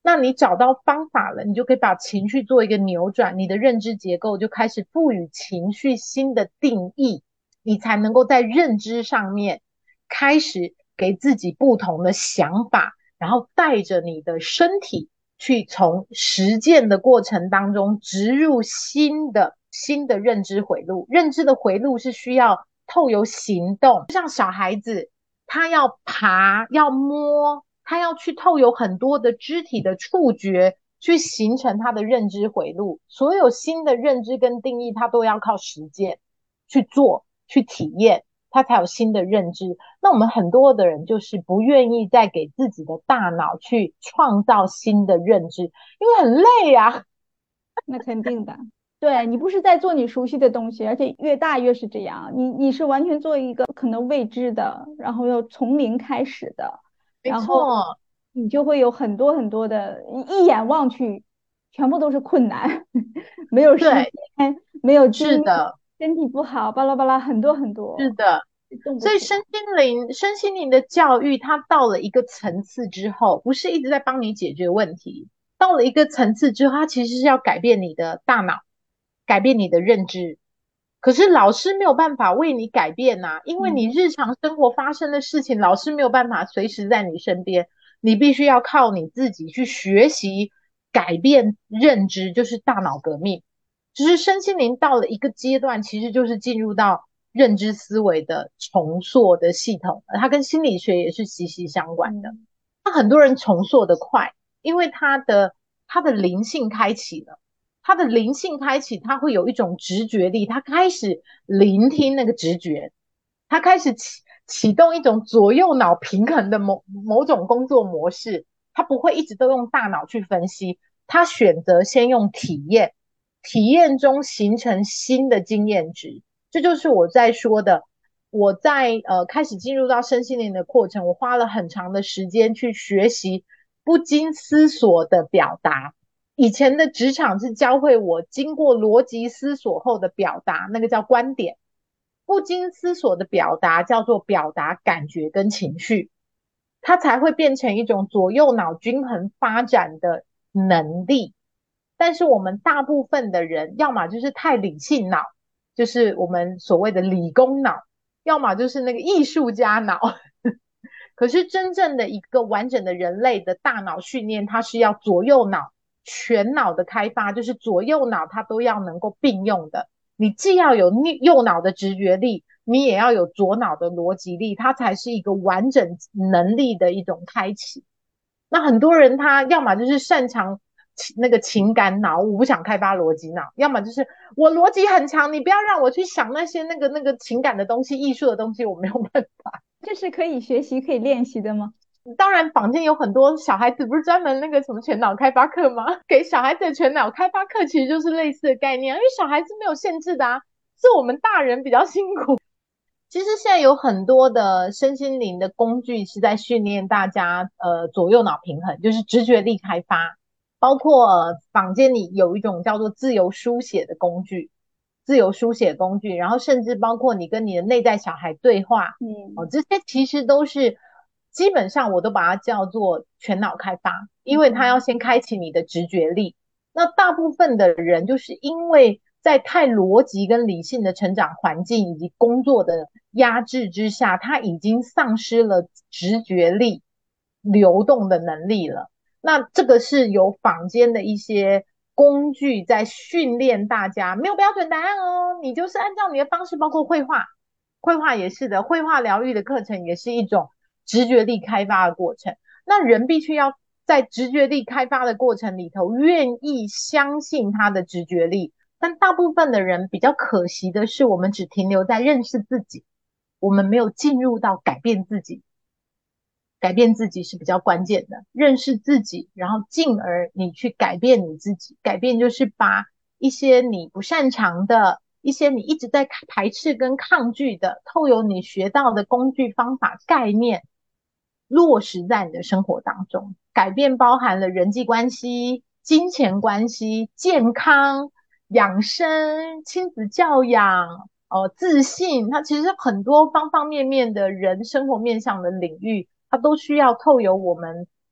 那你找到方法了，你就可以把情绪做一个扭转，你的认知结构就开始赋予情绪新的定义，你才能够在认知上面开始给自己不同的想法，然后带着你的身体去从实践的过程当中植入新的新的认知回路。认知的回路是需要透由行动，就像小孩子他要爬要摸，他要去透有很多的肢体的触觉去形成他的认知回路。所有新的认知跟定义，他都要靠实践去做去体验，他才有新的认知。那我们很多的人就是不愿意再给自己的大脑去创造新的认知，因为很累啊。 那肯定的。对，你不是在做你熟悉的东西，而且越大越是这样，你你是完全做一个可能未知的，然后要从零开始的， 没然后错， 你就会有很多很多的，一眼望去，全部都是困难，没有时对， 间，没有精力， 是的， 身体不好，巴拉巴拉，很多很多， 是的。 动不起来。 所以身心灵、身心灵的教育，它到了一个层次之后，不是一直在帮你解决问题，到了一个层次之后，它其实是要改变你的大脑，改变你的认知。可是老师没有办法为你改变呐、啊，因为你嗯。 日常生活发生的事情，老师没有办法随时在你身边，你必须要靠你自己去学习改变认知，就是大脑革命。就是身心灵到了一个阶段，其实就是进入到认知思维的重塑的系统，它跟心理学也是息息相关的。 嗯。 那很多人重塑的快，因为他的他的灵性开启了，他的灵性开启，他会有一种直觉力，他开始聆听那个直觉，他开始启启动一种左右脑平衡的某某种工作模式，他不会一直都用大脑去分析，他选择先用体验，体验中形成新的经验值。这就是我在说的，我在呃开始进入到身心灵的过程，我花了很长的时间去学习不经思索的表达。以前的职场是教会我经过逻辑思索后的表达，那个叫观点。不经思索的表达叫做表达感觉跟情绪，它才会变成一种左右脑均衡发展的能力。但是我们大部分的人，要么就是太理性脑，就是我们所谓的理工脑，要么就是那个艺术家脑。可是真正的一个完整的人类的大脑训练，它是要左右脑全脑的开发，就是左右脑它都要能够并用的。你既要有右脑的直觉力，你也要有左脑的逻辑力，它才是一个完整能力的一种开启。那很多人他要么就是擅长那个情感脑，我不想开发逻辑脑；要么就是我逻辑很强，你不要让我去想那些那个那个情感的东西、艺术的东西，我没有办法。 这是可以学习、可以练习的吗？ 当然，坊间有很多小孩子不是专门那个什么全脑开发课吗？给小孩子的全脑开发课其实就是类似的概念，因为小孩子没有限制的啊，是我们大人比较辛苦。其实现在有很多的身心灵的工具是在训练大家呃左右脑平衡，就是直觉力开发，包括、呃、坊间里有一种叫做自由书写的工具，自由书写工具，然后甚至包括你跟你的内在小孩对话，哦， 嗯。 这些其实都是基本上我都把它叫做全脑开发，因为它要嗯。 先开启你的直觉力。那大部分的人就是因为在太逻辑跟理性的成长环境以及工作的压制之下，他已经丧失了直觉力、流动的能力了。那这个是有坊间的一些工具在训练大家，没有标准答案哦，你就是按照你的方式，包括绘画，绘画也是的，绘画疗愈的课程也是一种直觉力开发的过程。那人必须要在直觉力开发的过程里头，愿意相信他的直觉力。但大部分的人比较可惜的是，我们只停留在认识自己，我们没有进入到改变自己。改变自己是比较关键的，认识自己，然后进而你去改变你自己。改变就是把一些你不擅长的，一些你一直在排斥跟抗拒的，透由你学到的工具、方法、概念，落实在你的生活当中。改变包含了人际关系、金钱关系、健康、养生、亲子教养。哦，自信，它其实很多方方面面的人生活面向的领域，它都需要透由我们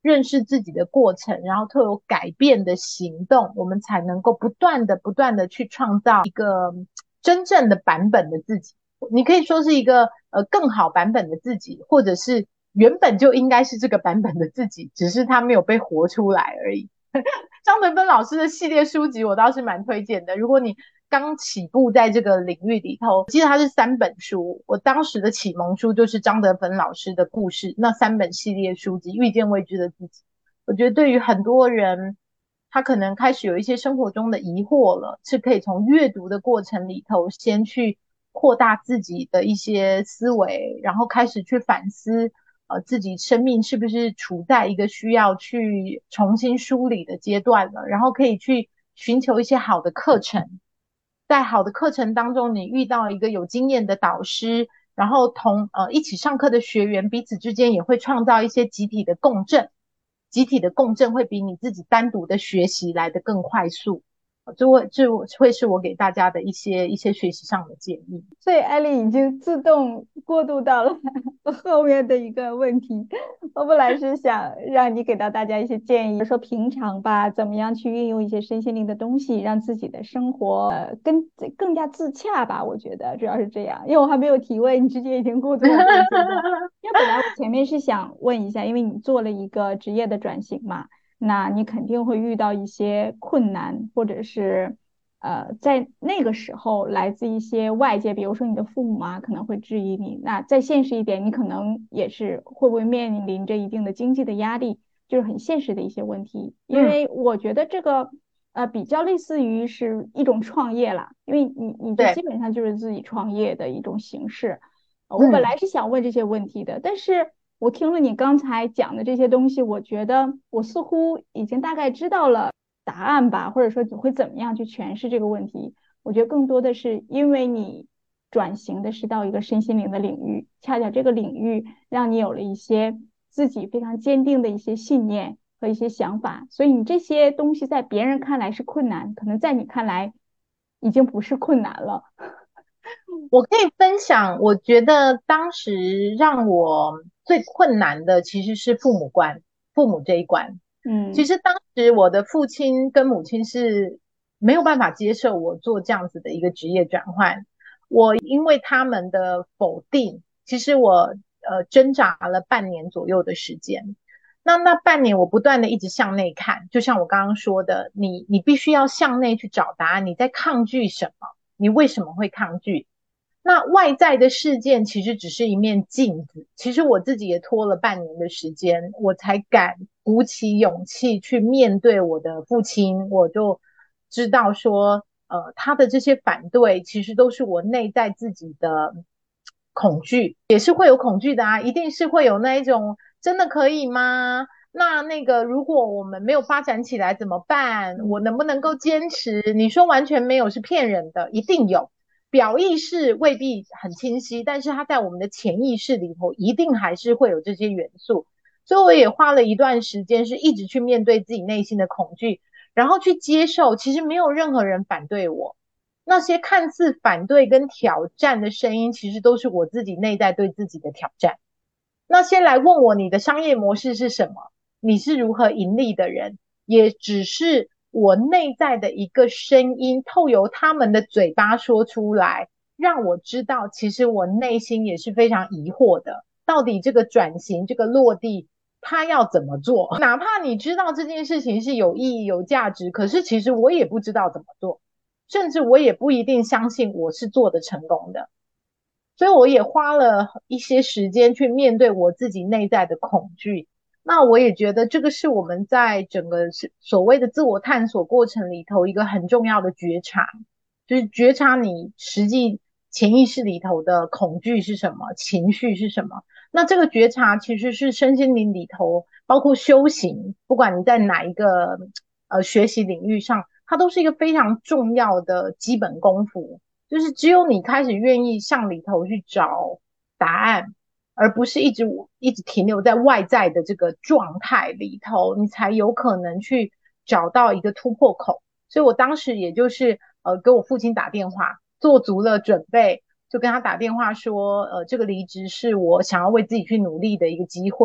认识自己的过程，然后特有改变的行动，我们才能够不断的不断的去创造一个真正的版本的自己。你可以说是一个呃更好版本的自己，或者是原本就应该是这个版本的自己，只是他没有被活出来而已。张德芬老师的系列书籍我倒是蛮推荐的，如果你刚起步在这个领域里头，记得它是三本书，我当时的启蒙书就是张德芬老师的故事，那三本系列书籍遇见未知的自己。我觉得对于很多人，他可能开始有一些生活中的疑惑了，是可以从阅读的过程里头先去扩大自己的一些思维，然后开始去反思呃，自己生命是不是处在一个需要去重新梳理的阶段了，然后可以去寻求一些好的课程，在好的课程当中，你遇到一个有经验的导师，然后同呃一起上课的学员彼此之间也会创造一些集体的共振，集体的共振会比你自己单独的学习来得更快速。这会这会是我给大家的一些一些学习上的建议。 所以艾丽已经自动过渡到了后面的一个问题。我本来是想让你给到大家一些建议，说平常吧，怎么样去运用一些身心灵的东西，让自己的生活呃跟更加自洽吧。我觉得主要是这样，因为我还没有提问，你直接已经过渡到这个阶段。因为本来我前面是想问一下，因为你做了一个职业的转型嘛。那你肯定会遇到一些困难，或者是呃，在那个时候来自一些外界，比如说你的父母啊，可能会质疑你。那再现实一点，你可能也是会不会面临着一定的经济的压力，就是很现实的一些问题。因嗯， 为我觉得这个呃比较类似于是一种创业啦，因为你你这基对， 本上就是自己创业的一种形式。呃我本嗯。 来是想问这些问题的，但是我听了你刚才讲的这些东西，我觉得我似乎已经大概知道了答案吧，或者说你会怎么样去诠释这个问题。我觉得更多的是因为你转型的是到一个身心灵的领域，恰巧这个领域让你有了一些自己非常坚定的一些信念和一些想法，所以你这些东西在别人看来是困难，可能在你看来已经不是困难了。 我可以分享，我觉得当时让我最困难的其实是父母关，父母这一关。其嗯实当时我的父亲跟母亲是没有办法接受我做这样子的一个职业转换。我因为他们的否定，其实我呃挣扎了半年左右的时间。那那半年我不断的一直向内看，就像我刚刚说的，你你必须要向内去找答案，你在抗拒什么？你为什么会抗拒？那外在的事件其实只是一面镜子，其实我自己也拖了半年的时间，我才敢鼓起勇气去面对我的父亲，我就知道说，呃，他的这些反对其实都是我内在自己的恐惧，也是会有恐惧的啊，一定是会有那一种真的可以吗？那那个，如果我们没有发展起来怎么办？我嗯。 能不能够坚持？你说完全没有是骗人的，一定有。表意识未必很清晰，但是它在我们的潜意识里头一定还是会有这些元素。所以我也花了一段时间，是一直去面对自己内心的恐惧，然后去接受，其实没有任何人反对我。那些看似反对跟挑战的声音，其实都是我自己内在对自己的挑战。那先来问我你的商业模式是什么？你是如何盈利的人？也只是我内在的一个声音，透由他们的嘴巴说出来，让我知道，其实我内心也是非常疑惑的。到底这个转型、这个落地，他要怎么做？哪怕你知道这件事情是有意义、有价值，可是其实我也不知道怎么做，甚至我也不一定相信我是做得成功的。所以我也花了一些时间去面对我自己内在的恐惧。那我也觉得这个是我们在整个所谓的自我探索过程里头一个很重要的觉察，就是觉察你实际潜意识里头的恐惧是什么，情绪是什么。那这个觉察其实是身心灵里头，包括修行，不管你在哪一个呃学习领域上，它都是一个非常重要的基本功夫。就是只有你开始愿意向里头去找答案，而不是一直一直停留在外在的这个状态里头，你才有可能去找到一个突破口。所以我当时也就是呃给我父亲打电话，做足了准备，就跟他打电话说，呃，这个离职是我想要为自己去努力的一个机会。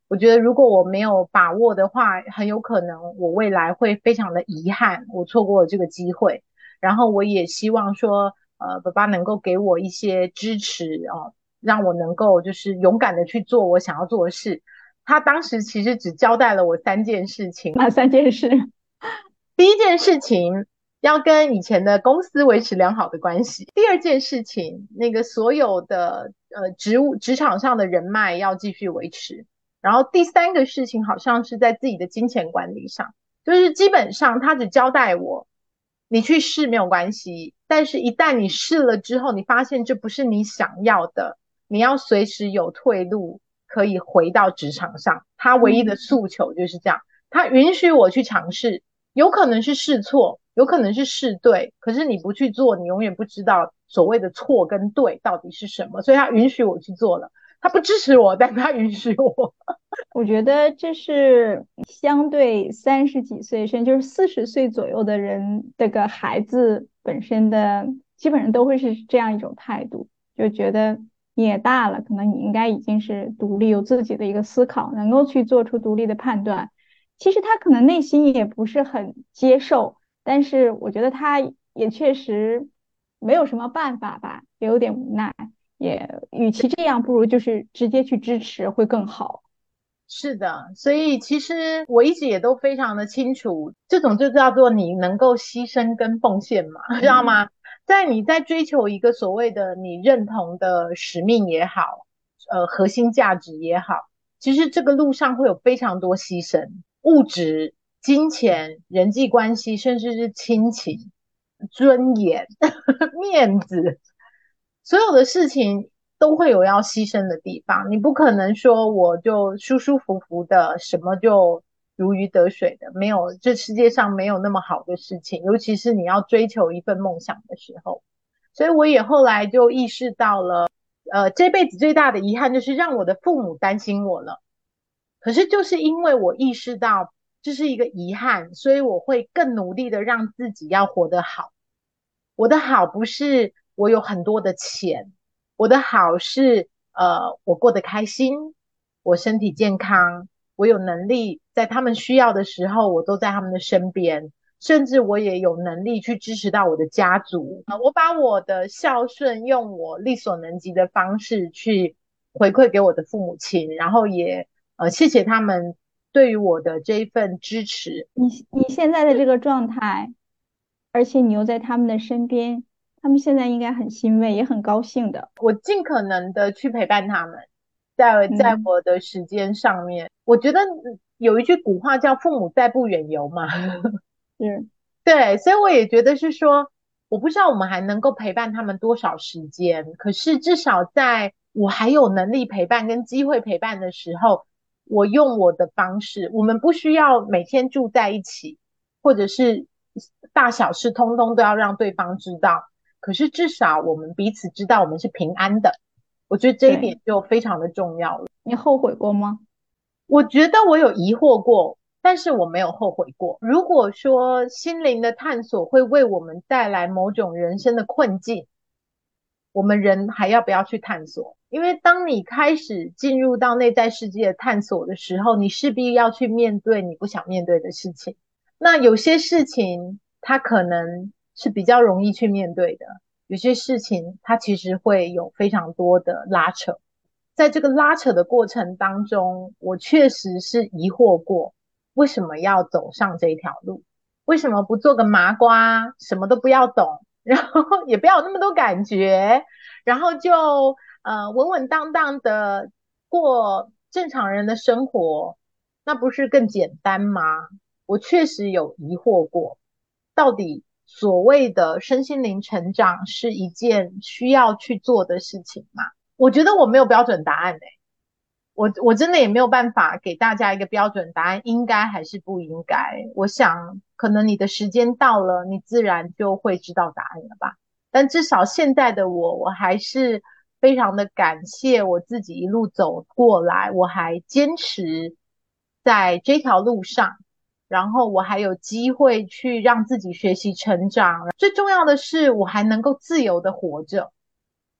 我觉得如果我没有把握的话，很有可能我未来会非常的遗憾，我错过了这个机会。然后我也希望说，呃，爸爸能够给我一些支持哦，让我能够就是勇敢的去做我想要做的事。他当时其实只交代了我三件事情。 哪三件事？ 第一件事情要跟以前的公司维持良好的关系。第二件事情，那个所有的呃职务职场上的人脉要继续维持。然后第三个事情好像是在自己的金钱管理上，就是基本上他只交代我，你去试没有关系，但是一旦你试了之后，你发现这不是你想要的，你要随时有退路，可以回到职场上。他唯一的嗯。 诉求就是这样，他允许我去尝试。有可能是试错，有可能是试对，可是你不去做，你永远不知道所谓的错跟对到底是什么。所以他允许我去做了，他不支持我，但他允许我。 我觉得这是相对三十几岁，甚至就是四十岁左右的人，这个孩子本身的基本上都会是这样一种态度，就觉得你也大了，可能你应该已经是独立有自己的一个思考，能够去做出独立的判断。其实他可能内心也不是很接受，但是我觉得他也确实没有什么办法吧，也有点无奈。也与其这样，不如就是直接去支持会更好。 是的，所以其实我一直也都非常的清楚，这种就叫做你能够牺牲跟奉献嘛，知道嗯。 吗？在你在追求一个所谓的你认同的使命也好，呃，核心价值也好，其实这个路上会有非常多牺牲，物质、金钱、人际关系，甚至是亲情、尊严、面子，所有的事情都会有要牺牲的地方。你不可能说我就舒舒服服的，什么就如鱼得水的，没有，这世界上没有那么好的事情，尤其是你要追求一份梦想的时候。所以我也后来就意识到了，呃，这辈子最大的遗憾就是让我的父母担心我了。可是就是因为我意识到这是一个遗憾，所以我会更努力的让自己要活得好。我的好不是我有很多的钱，我的好是呃我过得开心，我身体健康，我有能力在他们需要的时候，我都在他们的身边，甚至我也有能力去支持到我的家族。呃我把我的孝顺用我力所能及的方式去回馈给我的父母亲，然后也呃谢谢他们对于我的这一份支持。 你你现在的这个状态，而且你又在他们的身边，他们现在应该很欣慰，也很高兴的。 我尽可能的去陪伴他们，在在嗯。 我的时间上面，我觉得有一句古话叫“父母在，不远游”嘛。 是。 对，所以我也觉得是说，我不知道我们还能够陪伴他们多少时间，可是至少在我还有能力陪伴跟机会陪伴的时候，我用我的方式，我们不需要每天住在一起，或者是大小事通通都要让对方知道，可是至少我们彼此知道我们是平安的，我觉得这一对。 点就非常的重要了。 你后悔过吗？ 我觉得我有疑惑过，但是我没有后悔过。如果说心灵的探索会为我们带来某种人生的困境，我们人还要不要去探索？因为当你开始进入到内在世界的探索的时候，你势必要去面对你不想面对的事情。那有些事情它可能是比较容易去面对的，有些事情它其实会有非常多的拉扯。在这个拉扯的过程当中，我确实是疑惑过，为什么要走上这条路？为什么不做个麻瓜，什么都不要懂，然后也不要有那么多感觉，然后就呃稳稳当当的过正常人的生活，那不是更简单吗？我确实有疑惑过，到底所谓的身心灵成长是一件需要去做的事情吗？我觉得我没有标准答案诶、欸我我真的也没有办法给大家一个标准答案，应该还是不应该。我想，可能你的时间到了，你自然就会知道答案了吧。但至少现在的我，我还是非常的感谢我自己一路走过来，我还坚持在这条路上，然后我还有机会去让自己学习成长。最重要的是，我还能够自由的活着。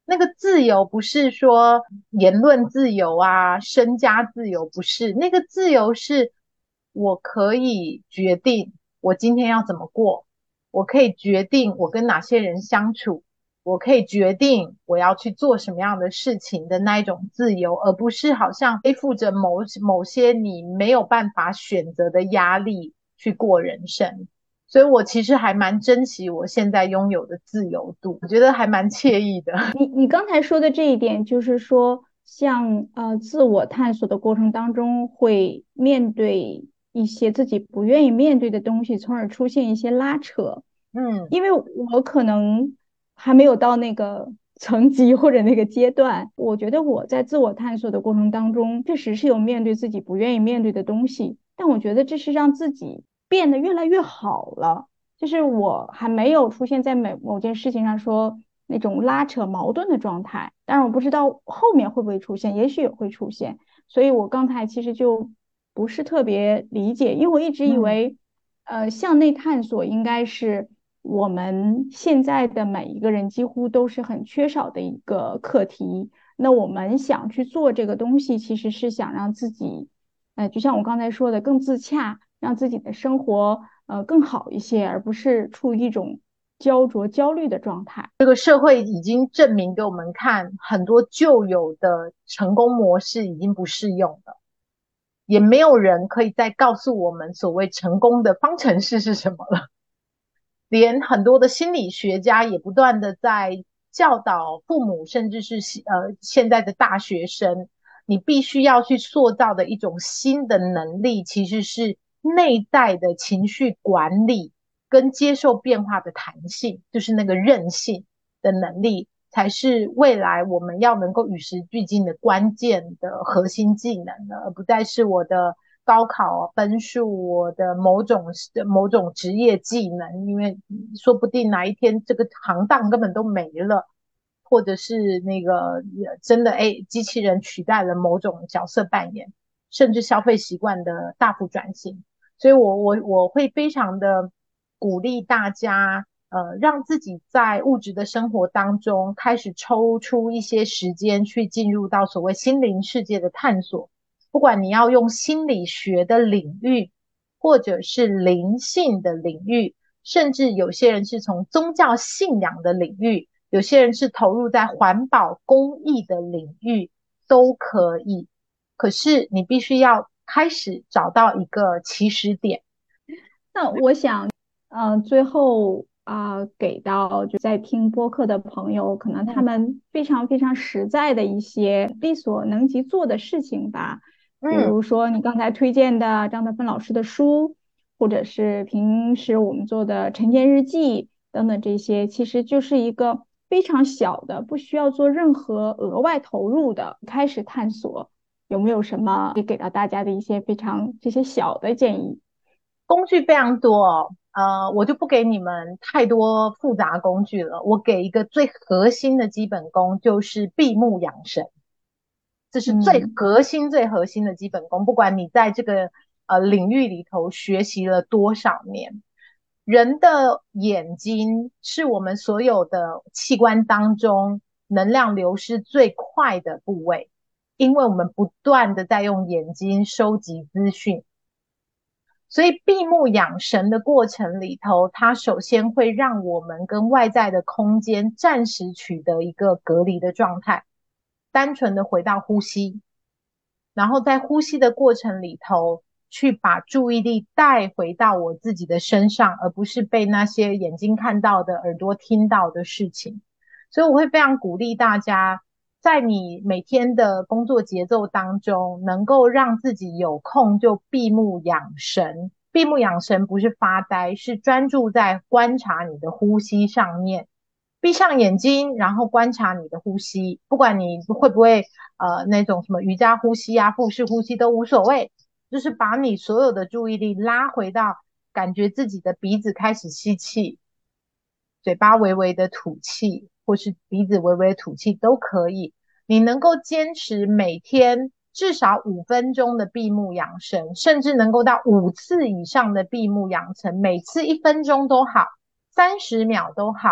那个自由不是说言论自由啊，身家自由，不是，那个自由是我可以决定我今天要怎么过，我可以决定我跟哪些人相处，我可以决定我要去做什么样的事情的那一种自由，而不是好像背负着某某些你没有办法选择的压力去过人生。所以我其实还蛮珍惜我现在拥有的自由度，我觉得还蛮惬意的。 你你刚才说的这一点，就是说，像呃自我探索的过程当中，会面对一些自己不愿意面对的东西，从而出现一些拉扯。 嗯因为我可能还没有到那个层级或者那个阶段，我觉得我在自我探索的过程当中，确实是有面对自己不愿意面对的东西，但我觉得这是让自己变得越来越好了。就是我还没有出现在某某件事情上说那种拉扯矛盾的状态，但是我不知道后面会不会出现，也许也会出现。所以我刚才其实就不是特别理解，因为我一直以嗯。 为，呃，向内探索应该是我们现在的每一个人几乎都是很缺少的一个课题。那我们想去做这个东西，其实是想让自己，呃，就像我刚才说的，更自洽，让自己的生活呃更好一些，而不是处于一种焦灼、焦虑的状态。 这个社会已经证明给我们看，很多旧有的成功模式已经不适用了，也没有人可以再告诉我们所谓成功的方程式是什么了。连很多的心理学家也不断的在教导父母，甚至是呃现在的大学生，你必须要去塑造的一种新的能力，其实是内在的情绪管理跟接受变化的弹性，就是那个韧性的能力，才是未来我们要能够与时俱进的关键的核心技能了，而不再是我的高考分数，我的某种某种职业技能，因为说不定哪一天这个行当根本都没了，或者是那个真的哎，机器人取代了某种角色扮演，甚至消费习惯的大幅转型。所以我我我会非常的鼓励大家，呃，让自己在物质的生活当中开始抽出一些时间去进入到所谓心灵世界的探索。不管你要用心理学的领域，或者是灵性的领域，甚至有些人是从宗教信仰的领域，有些人是投入在环保公益的领域，都可以。可是你必须要开始找到一个起始点。 那我想，嗯、最后啊、给到就在听播客的朋友，可能他嗯们非常非常实在的一些力所能及做的事情吧。比嗯。 如说你刚才推荐的张德芬老师的书，或者是平时我们做的晨间日记等等这些，其实就是一个非常小的，不需要做任何额外投入的开始探索。有没有什么可以给到大家的一些非常这些小的建议？ 工具非常多哦，呃，我就不给你们太多复杂工具了，我给一个最核心的基本功，就是闭目养神。这是最嗯。 核心、最核心的基本功。不管你在这个呃领域里头学习了多少年，人的眼睛是我们所有的器官当中能量流失最快的部位，因为我们不断的在用眼睛收集资讯。所以闭目养神的过程里头，它首先会让我们跟外在的空间暂时取得一个隔离的状态，单纯的回到呼吸，然后在呼吸的过程里头，去把注意力带回到我自己的身上，而不是被那些眼睛看到的、耳朵听到的事情。所以我会非常鼓励大家，在你每天的工作节奏当中，能够让自己有空就闭目养神。闭目养神不是发呆，是专注在观察你的呼吸上面。闭上眼睛，然后观察你的呼吸，不管你会不会呃那种什么瑜伽呼吸啊、腹式呼吸都无所谓，就是把你所有的注意力拉回到感觉自己的鼻子开始吸气，嘴巴微微的吐气，或是鼻子微微吐气都可以。你能够坚持每天至少五分钟的闭目养神，甚至能够到五次以上的闭目养神，每次一分钟都好，三十秒都好。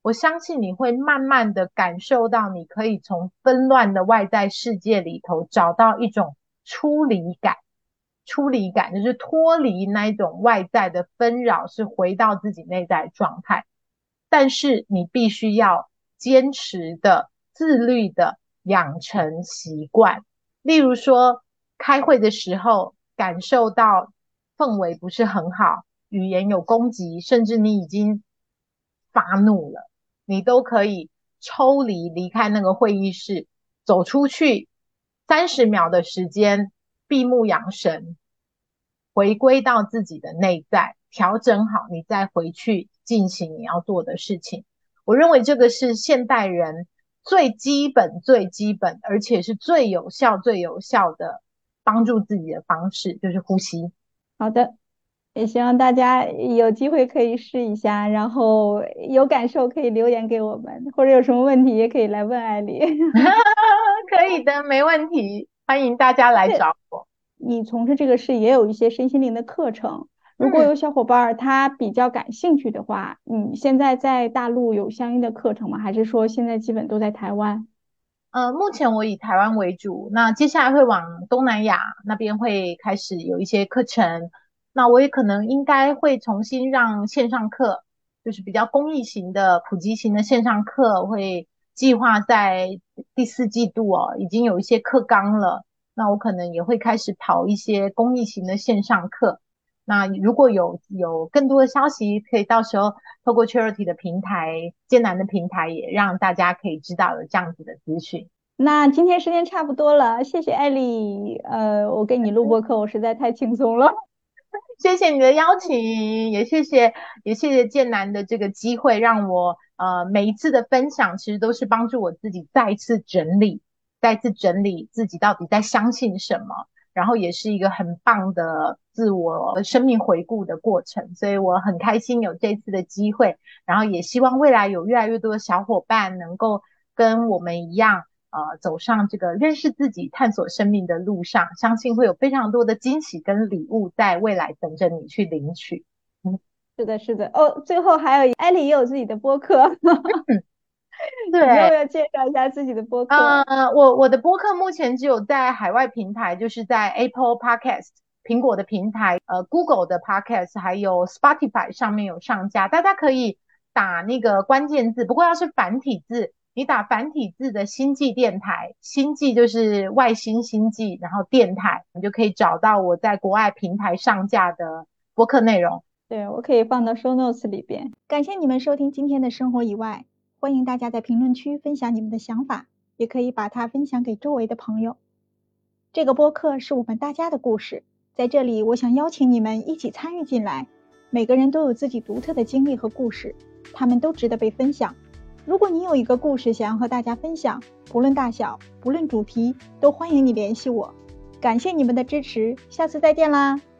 我相信你会慢慢的感受到，你可以从纷乱的外在世界里头找到一种出离感。出离感就是脱离那一种外在的纷扰，是回到自己内在状态。但是你必须要坚持的、自律的养成习惯。例如说，开会的时候感受到氛围不是很好，语言有攻击，甚至你已经发怒了，你都可以抽离，离开那个会议室，走出去三十秒的时间，闭目养神，回归到自己的内在，调整好，你再回去进行你要做的事情。我认为这个是现代人最基本、最基本，而且是最有效、最有效的帮助自己的方式，就是呼吸。 好的，也希望大家有机会可以试一下，然后有感受可以留言给我们，或者有什么问题也可以来问艾丽。 可以的，没问题，欢迎大家来找我。 你从事这个事也有一些身心灵的课程，如果嗯有小伙伴儿他比较感兴趣的话，你现在在大陆有相应的课程吗？还是说现在基本都在台湾？ 呃，目前我以台湾为主，那接下来会往东南亚那边会开始有一些课程。那我也可能应该会重新让线上课，就是比较公益型的、普及型的线上课，会计划在第四季度哦，已经有一些课纲了。那我可能也会开始跑一些公益型的线上课。那如果有有更多的消息，可以到时候透过 Charity 的平台、艰难的平台，也让大家可以知道有这样子的资讯。 那今天时间差不多了，谢谢艾丽。呃，我给你录播课，我实在太轻松了。 谢谢你的邀请，也谢谢也谢谢建南的这个机会，让我呃每一次的分享，其实都是帮助我自己再一次整理，再一次整理自己到底在相信什么，然后也是一个很棒的自我生命回顾的过程，所以我很开心有这次的机会，然后也希望未来有越来越多的小伙伴能够跟我们一样。呃，走上这个认识自己、探索生命的路上，相信会有非常多的惊喜跟礼物在未来等着你去领取。嗯， 是的，是的。哦，最后还有艾丽也有自己的播客，你要不对， 要介绍一下自己的播客？ 呃，我我的播客目前只有在海外平台，就是在 Apple Podcast 苹果的平台，呃，Google 的 Podcast，还有 Spotify 上面有上架，大家可以打那个关键字，不过要是繁体字。你打繁体字的星际电台，星际就是外星星际，然后电台，你就可以找到我在国外平台上架的播客内容。 对，我可以放到 show notes 里边。感谢你们收听今天的生活以外，欢迎大家在评论区分享你们的想法，也可以把它分享给周围的朋友。这个播客是我们大家的故事，在这里我想邀请你们一起参与进来。每个人都有自己独特的经历和故事，他们都值得被分享。如果你有一个故事想要和大家分享，不论大小，不论主题，都欢迎你联系我。感谢你们的支持，下次再见啦！